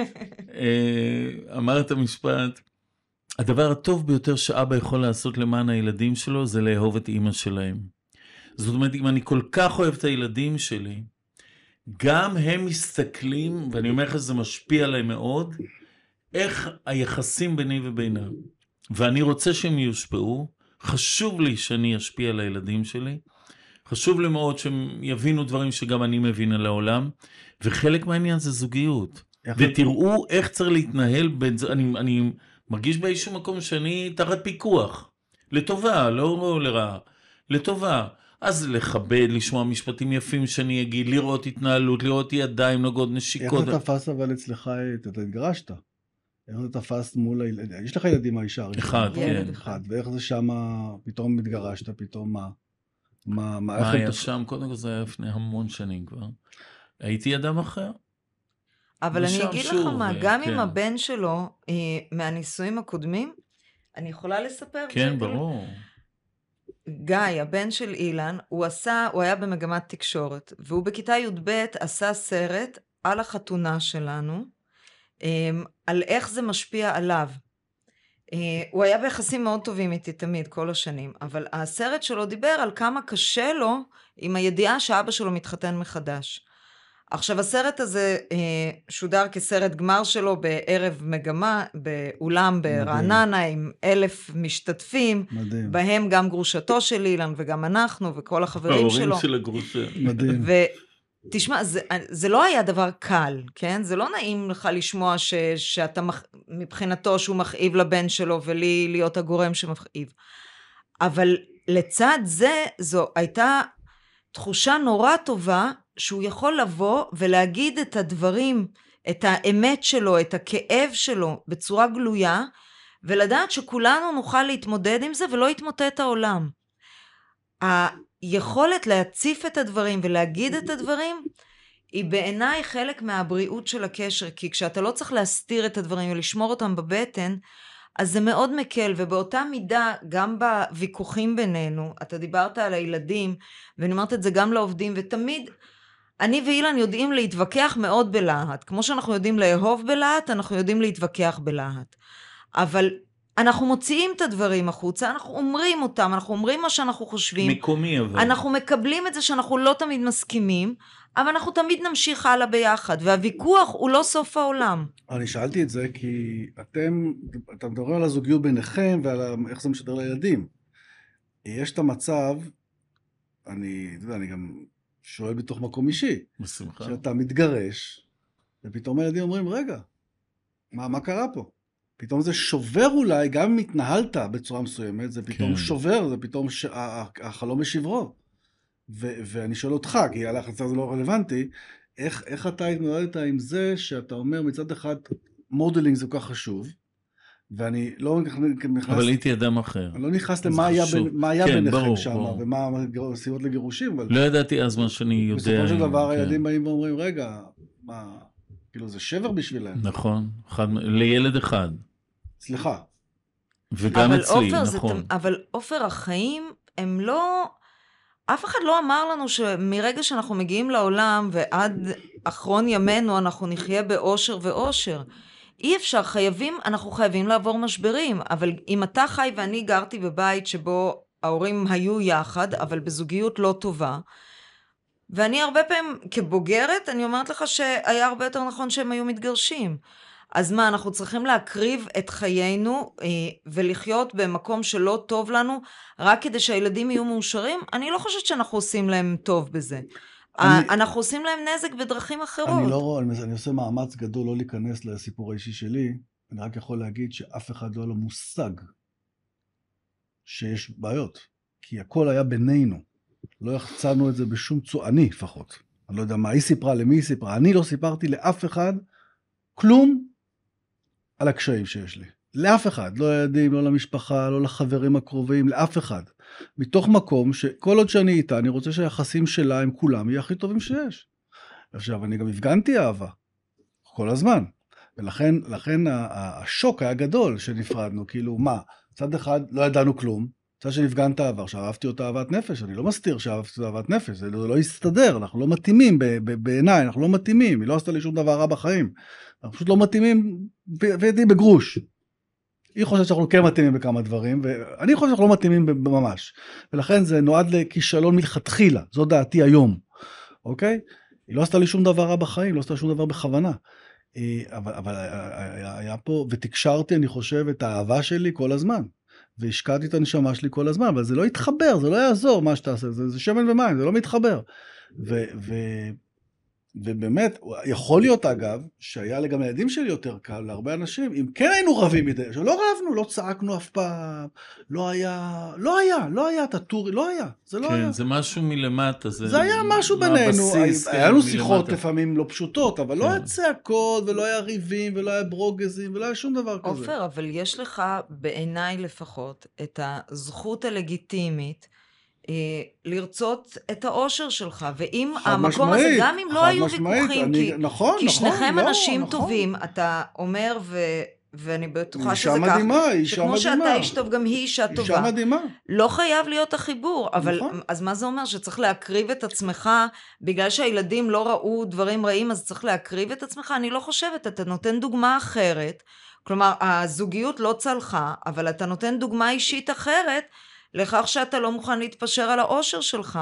אמר את המשפט, הדבר הטוב ביותר שאבא יכול לעשות למען הילדים שלו, זה לאהוב את אמא שלהם. זאת אומרת, אם אני כל כך אוהב את הילדים שלי, גם הם מסתכלים, ואני אומר לך שזה משפיע עליהם מאוד, איך היחסים ביני ובינם. ואני רוצה שהם יושפעו, חשוב לי שאני אשפיע על הילדים שלי, חשוב לי מאוד שהם יבינו דברים שגם אני מבין על העולם, וחלק מהעניין זה זוגיות. ותראו איך צריך להתנהל, אני מרגיש באיזשהו מקום שאני תחת פיקוח, לטובה, לא לרעה, לטובה. אז לכבד, לשמוע משפטים יפים שאני אגיד, לראות התנהלות, לראות ידיים, נוגות, נשיקות. איך זה תפס אבל אצלך, אתה התגרשת? איך זה תפס מול הילדים? יש לך ילדים האישה הראשונה? אחד, כן. אחד, ואיך זה שם פתאום התגרשת, פתאום מה? מה היה שם? קודם כל זה היה לפני המון שנים כבר. הייתי אדם אחר. אבל אני אגיד לך מה, גם עם הבן שלו, מהניסויים הקודמים, אני יכולה לספר? כן, ברור. גיא, הבן של אילן, הוא היה במגמת תקשורת, והוא בכיתה י"ב עשה סרט על החתונה שלנו, על איך זה משפיע עליו. הוא היה ביחסים מאוד טובים איתי תמיד, כל השנים, אבל הסרט שלו דיבר על כמה קשה לו עם הידיעה שאבא שלו מתחתן מחדש. עכשיו, הסרט הזה שודר כסרט גמר שלו בערב מגמה, באולם ברעננה, עם 1,000 משתתפים, מדהים. בהם גם גרושתו של אילן, וגם אנחנו, וכל החברים שלו. ההורים של הגרושה. מדהים. תשמע, זה לא היה דבר קל, כן? זה לא נעים לך לשמוע שאתה מבחינתו שהוא מכאיב לבן שלו, ולי להיות הגורם שמכאיב. אבל לצד זה, זו הייתה תחושה נורא טובה, שהוא יכול לבוא ולהגיד את הדברים, את האמת שלו, את הכאב שלו, בצורה גלויה, ולדעת שכולנו נוכל להתמודד עם זה, ולא יתמוטט העולם. היכולת להציף את הדברים ולהגיד את הדברים, היא בעיניי חלק מהבריאות של הקשר, כי כשאתה לא צריך להסתיר את הדברים ולשמור אותם בבטן, אז זה מאוד מקל, ובאותה מידה, גם בוויכוחים בינינו, אתה דיברת על הילדים, ואני אומרת את זה גם לעובדים, ותמיד, אני ואילן יודעים להתווכח מאוד בלהט, כמו שאנחנו יודעים לאהוב בלהט, אנחנו יודעים להתווכח בלהט, אבל אנחנו מוציאים את הדברים החוצה, אנחנו אומרים אותם, אנחנו אומרים מה שאנחנו חושבים, מקומי אבל. אנחנו מקבלים את זה שאנחנו לא תמיד מסכימים, אבל אנחנו תמיד נמשיך הלאה ביחד, והוויכוח הוא לא סוף העולם. אני שאלתי את זה כי אתם מדברים על הזוגיות ביניכם, ועל איך זה משדר לילדים. יש את המצב, אני גם שואל בתוך מקום אישי, בשמחה. שאתה מתגרש, ופתאום הילדים אומרים, רגע, מה קרה פה? פתאום זה שובר אולי, גם אם התנהלת בצורה מסוימת, זה פתאום שובר, זה פתאום החלום משברו. ואני שואל אותך, כי על החצר זה לא רלוונטי, איך אתה התמודדת עם זה שאתה אומר מצד אחד, מודלינג זה כל כך חשוב, ואני לא נכנס... אבל הייתי אדם אחר. אני לא נכנס למה היה כן, ביניכם ברור, שם, ברור. ומה הסיבות לגירושים, אבל... לא ידעתי אז מה שאני יודע. בסופו של דבר כן. הילדים באים ואומרים, רגע, מה... כאילו זה שבר בשבילם. נכון, לילד אחד. סליחה. וגם אצלי, אופר, נכון. אבל אופר, החיים הם לא... אף אחד לא אמר לנו שמרגע שאנחנו מגיעים לעולם ועד אחרון ימינו אנחנו נחיה באושר ואושר. אי אפשר, אנחנו חייבים לעבור משברים, אבל אם אתה חי ואני גרתי בבית שבו ההורים היו יחד, אבל בזוגיות לא טובה, ואני הרבה פעמים כבוגרת, אני אומרת לך שהיה הרבה יותר נכון שהם היו מתגרשים. אז מה, אנחנו צריכים להקריב את חיינו ולחיות במקום שלא טוב לנו, רק כדי שהילדים יהיו מאושרים? אני לא חושבת שאנחנו עושים להם טוב בזה. אנחנו עושים להם נזק בדרכים אחרות. אני לא רואה, אני עושה מאמץ גדול לא להיכנס לסיפור האישי שלי, אני רק יכול להגיד שאף אחד לא היה לו מושג שיש בעיות, כי הכל היה בינינו. לא יחצנו את זה בשום צורה, אני לפחות. אני לא יודע מה היא סיפרה, למי היא סיפרה. אני לא סיפרתי לאף אחד כלום על הקשיים שיש לי. לאף אחד, לא לילדים, לא למשפחה, לא לחברים הקרובים, לאף אחד. מתוך מקום שכל עוד שאני איתה, אני רוצה שהיחסים שלה עם כולם יהיו הכי טובים שיש. עכשיו, אני גם הפגנתי אהבה. כל הזמן. ולכן השוק היה גדול שנפרדנו. כאילו, מה? צד אחד לא ידענו כלום. צד שנפגנת אהבה. עכשיו, אהבתי אותה אהבת נפש. אני לא מסתיר שאהבתי אותה אהבת נפש. זה לא יסתדר. אנחנו לא מתאימים בעיניי. אנחנו לא מתאימים. היא לא עשתה לי שום דבר רע בחיים. אנחנו פשוט לא מתאימים וידי בגרוש. היא חושבת שאנחנו כן מתאימים בכמה דברים, ואני חושב שאנחנו לא מתאימים ממש. ולכן זה נועד לכישלון מלכתחילה. זו דעתי היום. אוקיי? היא לא עשתה לי שום דבר רע בחיים. לא עשתה שום דבר בכוונה. אבל היה פה, ותקשרתי, אני חושב, את האהבה שלי כל הזמן. והשקעתי את הנשמה שלי כל הזמן, אבל זה לא יתחבר, זה לא יעזור מה שאתה עושה, זה שמן ומים, זה לא מתחבר. ובאמת, יכול להיות אגב, שהיה גם לילדים שלי יותר קל, להרבה אנשים, אם כן היינו רבים מדי, שלא רבנו, לא צעקנו אף פעם, לא היה את הטורי, לא היה, זה לא היה. כן, זה משהו מלמטה, זה היה משהו בינינו, היה לנו שיחות לפעמים לא פשוטות, אבל לא היה צעקות, ולא היה ריבים, ולא היה ברוגזים, ולא היה שום דבר כזה. אופר, אבל יש לך, בעיניי לפחות, את הזכות הלגיטימית, לרצות את האושר שלך, ואם המקום הזה, גם אם לא היו ויכוחים, כי שניכם אנשים טובים, אתה אומר, ואני בטוחה שזה כך, שכמו שאתה איש טוב, גם היא אישה טובה, לא חייב להיות החיבור, אבל אז מה זה אומר? שצריך להקריב את עצמך, בגלל שהילדים לא ראו דברים רעים, אז צריך להקריב את עצמך? אני לא חושבת, אתה נותן דוגמה אחרת, כלומר, הזוגיות לא צלחה, אבל אתה נותן דוגמה אישית אחרת, לכך שאתה לא מוכן להתפשר על האושר שלך,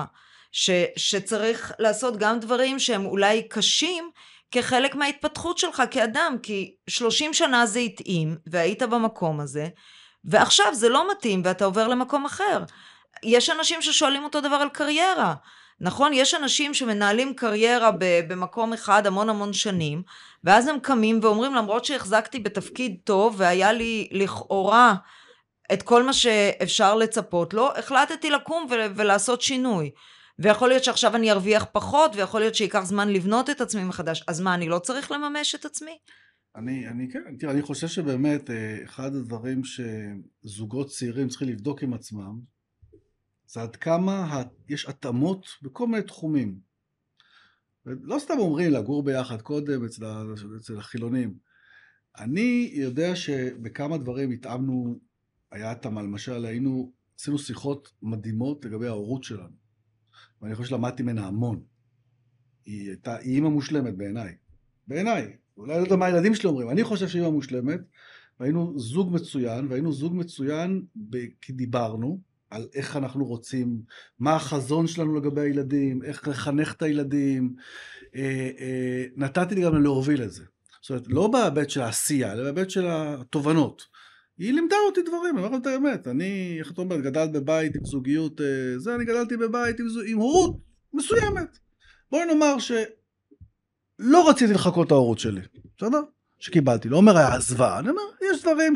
שצריך לעשות גם דברים שהם אולי קשים, כחלק מההתפתחות שלך כאדם, כי 30 שנה זה התאים, והיית במקום הזה, ועכשיו זה לא מתאים, ואתה עובר למקום אחר. יש אנשים ששואלים אותו דבר על קריירה, נכון? יש אנשים שמנהלים קריירה במקום אחד המון שנים, ואז הם קמים ואומרים, למרות שהחזקתי בתפקיד טוב, והיה לי לכאורה, את כל מה שאפשר לצפות לו, החלטתי לקום ולעשות שינוי. ויכול להיות שעכשיו אני ארוויח פחות, ויכול להיות שיקח זמן לבנות את עצמי מחדש. אז מה, אני לא צריך לממש את עצמי? אני חושב שבאמת, אחד הדברים שזוגות צעירים צריכים לבדוק עם עצמם, זה עד כמה יש התאמות בכל מיני תחומים. לא סתם אומרים לגור ביחד קודם אצל החילונים. אני יודע שבכמה דברים התאמנו, היה התאמה, למשל, עשינו שיחות מדהימות לגבי ההורות שלנו. ואני חושב שלמדתי ממנה המון. היא אימא מושלמת בעיניי. אולי לא יודע מה הילדים שלי אומרים. אני חושב שהיא אימא מושלמת, והיינו זוג מצוין, כי דיברנו על איך אנחנו רוצים, מה החזון שלנו לגבי הילדים, איך לחנך את הילדים. נתתי לי גם להוביל את זה. זאת אומרת, לא בהיבט של העשייה, אלא בהיבט של התובנות. היא לימדה אותי דברים, אני אומר את האמת, אני, איך אתה אומר, גדלת בבית עם זוגיות, אני גדלתי בבית עם הורות מסוימת. בואי נאמר שלא רציתי לחכות את ההורות שלי, בסדר? שקיבלתי, לא אומר, היה עזבה, אני אומר, יש דברים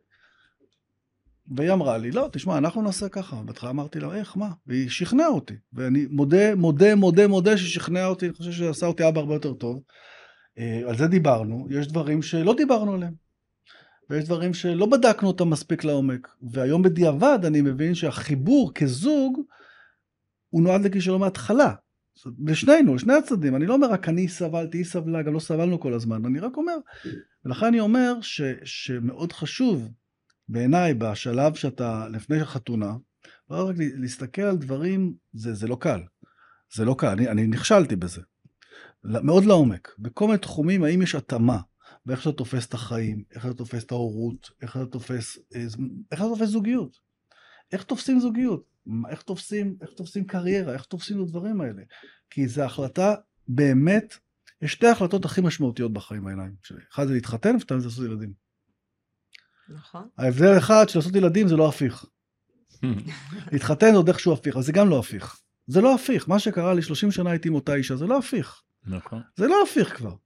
והיא אמרה לי, לא, תשמע, אנחנו נעשה ככה, בהתחלה אמרתי לה, איך, מה? והיא שכנעה אותי, ואני מודה ששכנעה אותי, אני חושב שעשה אותי אבא הרבה יותר טוב, על זה דיברנו, יש דברים שלא דיברנו עליהם. ויש דברים שלא בדקנו אותם מספיק לעומק. והיום בדיעבד אני מבין שהחיבור כזוג, הוא נועד לכישלון מההתחלה. לשנינו, לשני הצדדים. אני לא אומר רק אני סבלתי, היא סבלה, גם לא סבלנו כל הזמן. אני רק אומר, ולכן אני אומר שמאוד חשוב בעיניי בשלב שאתה לפני החתונה, לא רק להסתכל על דברים, זה לא קל. זה לא קל, אני נכשלתי בזה. מאוד לעומק. בכל מיני תחומים, האם יש התאמה, ואיך אתה תופס את החיים, איך אתה תופס את ההורות, איך אתה תופס זוגיות. איך תופסים זוגיות? איך תופסים קריירה? איך תופסים את הדברים האלה? כי זו החלטה באמת, יש שתי החלטות הכי משמעותיות בחיים בעיניים שלי. אחד זה להתחתן, ושתיים זה לעשות ילדים. נכון. ההבדל אחד של לעשות ילדים זה לא הפיך. להתחתן זה עוד איכשהו הפיך, אבל זה גם לא הפיך. זה לא הפיך. מה שקרה לי 30 שנה הייתי עם אותה אישה, זה לא הפיך. נכון. זה לא הפיך כבר.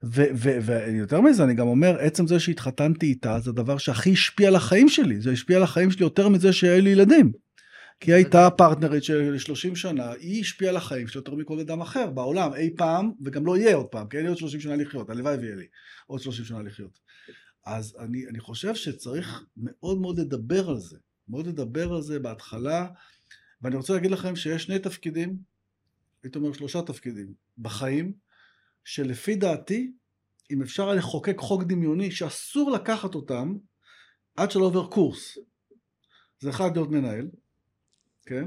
ויותר מזה, אני גם אומר, עצם זה שהתחתנתי איתה, זה הדבר שהכי השפיע על החיים שלי. זה השפיע על החיים שלי יותר מזה שהיו לי ילדים. כי היא הייתה פרטנרית של 30 שנה, היא השפיעה על החיים שלי יותר מכל אדם אחר בעולם, אי פעם, וגם לא יהיה עוד פעם, כי אין לי עוד 30 שנה לחיות, הלוואי ויהיה לי עוד 30 שנה לחיות. אז אני חושב שצריך מאוד מאוד לדבר על זה, מאוד לדבר על זה בהתחלה, ואני רוצה להגיד לכם שיש שני תפקידים, הייתי אומר 3 תפקידים, בחיים, שלפי דעתי, אם אפשר לחוקק חוק דמיוני, שאסור לקחת אותם, עד שלא עובר קורס. זה אחד להיות מנהל, כן?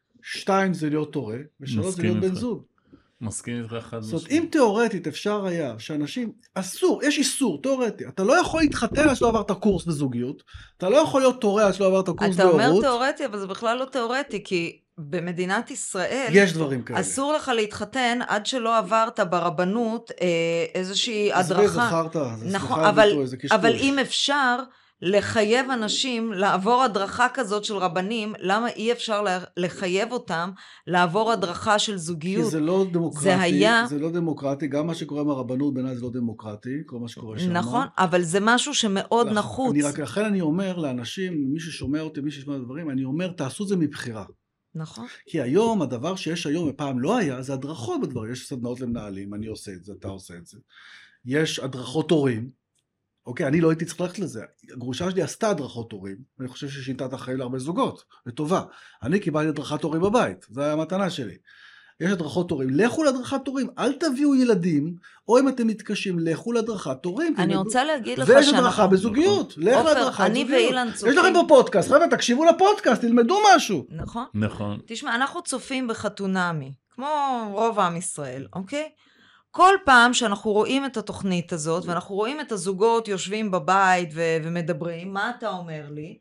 2 זה להיות הורה, ו3 זה להיות בן זוג. מסכים איתך אחד זאת אומרת, אם תיאורטית אפשר היה שאנשים, אסור, יש איסור תיאורטי, אתה לא יכול להתחתן עד שלא עברת קורס בזוגיות, אתה לא יכול להיות הורה עד שלא עברת קורס בהורות. אתה אומר תיאורטי, אבל זה בכלל לא תיאורטי, כי במדינת ישראל, יש דברים כאלה. אסור לך להתחתן עד שלא עברת ברבנות איזושהי הדרכה. זה זכרת, זה נכון, סליחה, אבל אם אפשר לחייב אנשים לעבור הדרכה כזאת של רבנים, למה אי אפשר לחייב אותם לעבור הדרכה של זוגיות? כי זה לא דמוקרטי, זה לא דמוקרטי, גם מה שקורה מהרבנות בעיניי זה לא דמוקרטי, כל מה שקורה שם. נכון, אבל זה משהו שמאוד נחוץ. לכן אני אומר לאנשים, מי ששומע אותי, מי ששומע את הדברים, אני אומר, תעשו זה מבחירה. נכון. כי היום, הדבר שיש היום, ופעם לא היה, זה הדרכות בדברים. יש סדנאות למנהלים, אני עושה את זה, אתה עושה את זה. יש הדרכות הורים, אוקיי, אני לא הייתי צריך ללכת לזה. הגרושה שלי עשתה הדרכות הורים, ואני חושב ששינתה את החיים להרבה זוגות, לטובה. אני קיבלתי הדרכת הורים בבית, זו היה המתנה שלי. יש הדרכות הורים, לכו להדרכת הורים, אל תביאו ילדים, או אם אתם מתקשים, לכו להדרכת הורים. אני רוצה להגיד לך ויש הדרכה בזוגיות, לך להדרכת זוגיות. יש לכם פה פודקאסט, חבר'ה, תקשיבו לפודקאסט, תלמדו משהו. נכון. נכון. תשמע, אנחנו צופים בחתונמי, כמו רוב עם ישראל, אוקיי? כל פעם שאנחנו רואים את התוכנית הזאת, ואנחנו רואים את הזוגות יושבים בבית ומדברים, מה אתה אומר לי?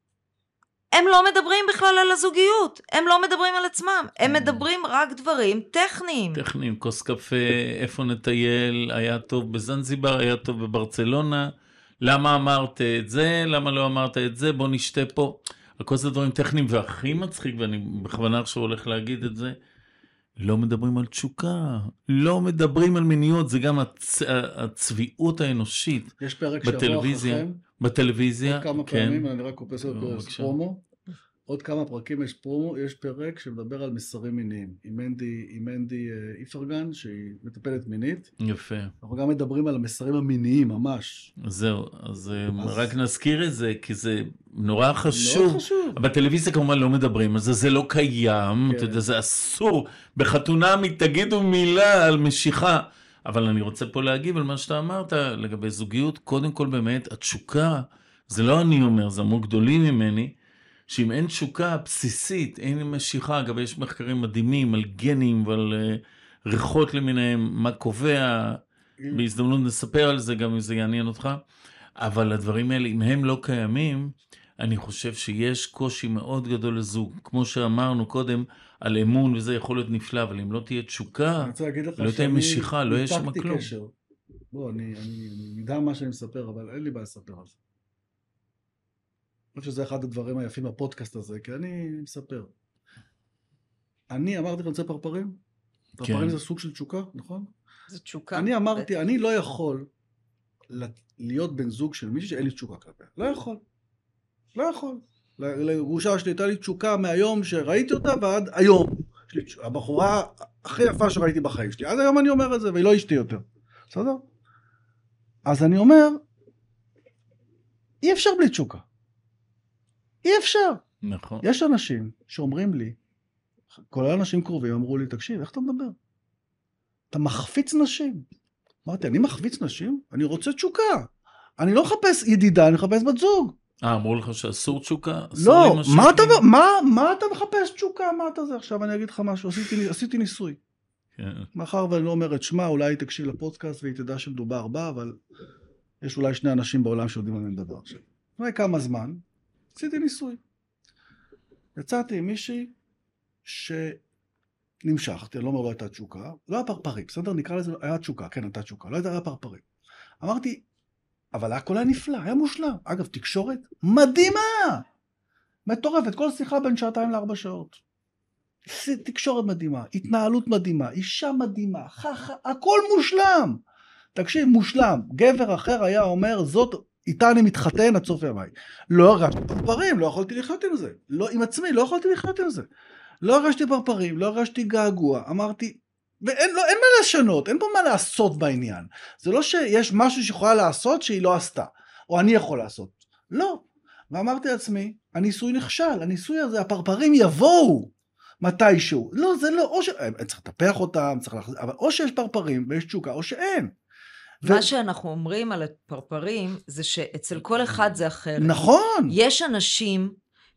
הם לא מדברים בכלל על הזוגיות, הם לא מדברים על עצמם, הם מדברים רק דברים טכניים. טכניים, כוס קפה, איפה נטייל, היה טוב בזנזיבר, היה טוב בברצלונה, למה אמרת את זה, למה לא אמרת את זה, בוא נשתה פה. הכל זה דברים טכניים, והכי מצחיק, ואני בכוונה עכשיו הולך להגיד את זה, לא מדברים על תשוקה, לא מדברים על מיניות, זה גם הצביעות האנושית. יש פרק שבוע אחריכם. בטלוויזיה, עוד כמה פעמים, אני רק קופס את פרומו. עוד כמה פרקים יש פרומו, יש פרק שמדבר על מסרים מיניים. עם מנדי איפרגן, שהיא מטפלת מינית. יפה. אנחנו גם מדברים על המסרים המיניים, ממש. זהו, אז רק נזכיר את זה, כי זה נורא חשוב. בטלוויזיה כמובן לא מדברים על זה, זה לא קיים, אתה יודע, זה אסור. בחתונמי תגידו מילה על משיכה. אבל אני רוצה פה להגיב על מה שאתה אמרת לגבי זוגיות. קודם כל באמת, התשוקה, זה לא אני אומר, זה אמרו גדולים ממני, שאם אין תשוקה בסיסית, אין משיכה. אגב, יש מחקרים מדהימים על גנים ועל ריחות למיניהם, מה קובע, בהזדמנות נספר על זה גם אם זה יעניין אותך. אבל הדברים האלה, אם הם לא קיימים, אני חושב שיש קושי מאוד גדול לזוג. כמו שאמרנו קודם, על אמון וזה יכול להיות נפלא, אבל אם לא תהיה תשוקה, לא תהיה משיכה, לא יהיה שם כלום. בוא, אני יודע מה שאני מספר, אבל אין לי בעיה לספר על זה. אני חושב שזה אחד הדברים היפים בפודקאסט הזה, כי אני מספר. אני אמרתי, אני רוצה פרפרים? פרפרים זה סוג של תשוקה, נכון? זה תשוקה. אני אמרתי, אני לא יכול להיות בן זוג של מישהו שאין לי תשוקה כלפיה. לא יכול. לא יכול. לגרושה שלי הייתה לי תשוקה מהיום שראיתי אותה ועד היום. הבחורה הכי יפה שראיתי בחיים שלי. עד היום אני אומר את זה, והיא לא אשתי יותר. בסדר? אז אני אומר, אי אפשר בלי תשוקה. אי אפשר. נכון. יש אנשים שאומרים לי, כל האנשים קרובים אמרו לי, תקשיב, איך אתה מדבר? אתה מחפיץ נשים. אמרתי, אני מחפיץ נשים? אני רוצה תשוקה. אני לא מחפש ידידה, אני מחפש בת זוג. אמרו לך שאסור תשוקה? לא, מה אתה מחפש תשוקה? מה אתה זה? עכשיו אני אגיד לך משהו, עשיתי ניסוי. מאחר ואני לא אומר את שמה, אולי תקשיב לפודקאסט והיא תדע שמדובר בה, אבל יש אולי 2 אנשים בעולם שיודעים על מי מדבר עכשיו. לפני כמה זמן, עשיתי ניסוי. יצאתי עם מישהי שנמשכתי, אני לא אומר לא הייתה תשוקה, לא היה פרפרים, בסדר? נקרא לזה, היה תשוקה, כן, הייתה תשוקה, לא היה פרפרים. אמרתי, אבל הכל היה נפלא, היה מושלם. אגב, תקשורת מדהימה, מטורפת, כל שיחה בין 2 ל4 שעות. תקשורת מדהימה, התנהלות מדהימה, אישה מדהימה, הכל מושלם. תקשיב, מושלם. גבר אחר היה אומר, זאת, איתה אני מתחתן עד סוף ימיי. לא הרגשתי פרפרים, לא יכולתי לחיות עם זה. לא, עם עצמי, לא יכולתי לחיות עם זה. לא הרגשתי פרפרים, לא הרגשתי געגוע. אמרתי, ואין מה לשנות, אין פה מה לעשות בעניין. זה לא שיש משהו שיכולה לעשות שהיא לא עשתה, או אני יכול לעשות. לא. ואמרתי לעצמי, הניסוי נכשל, הניסוי הזה, הפרפרים יבואו מתישהו. לא, זה לא, או צריך לטפח אותם, אבל או שיש פרפרים ויש תשוקה, או שאין. מה שאנחנו אומרים על הפרפרים, זה שאצל כל אחד זה אחרת. נכון. יש אנשים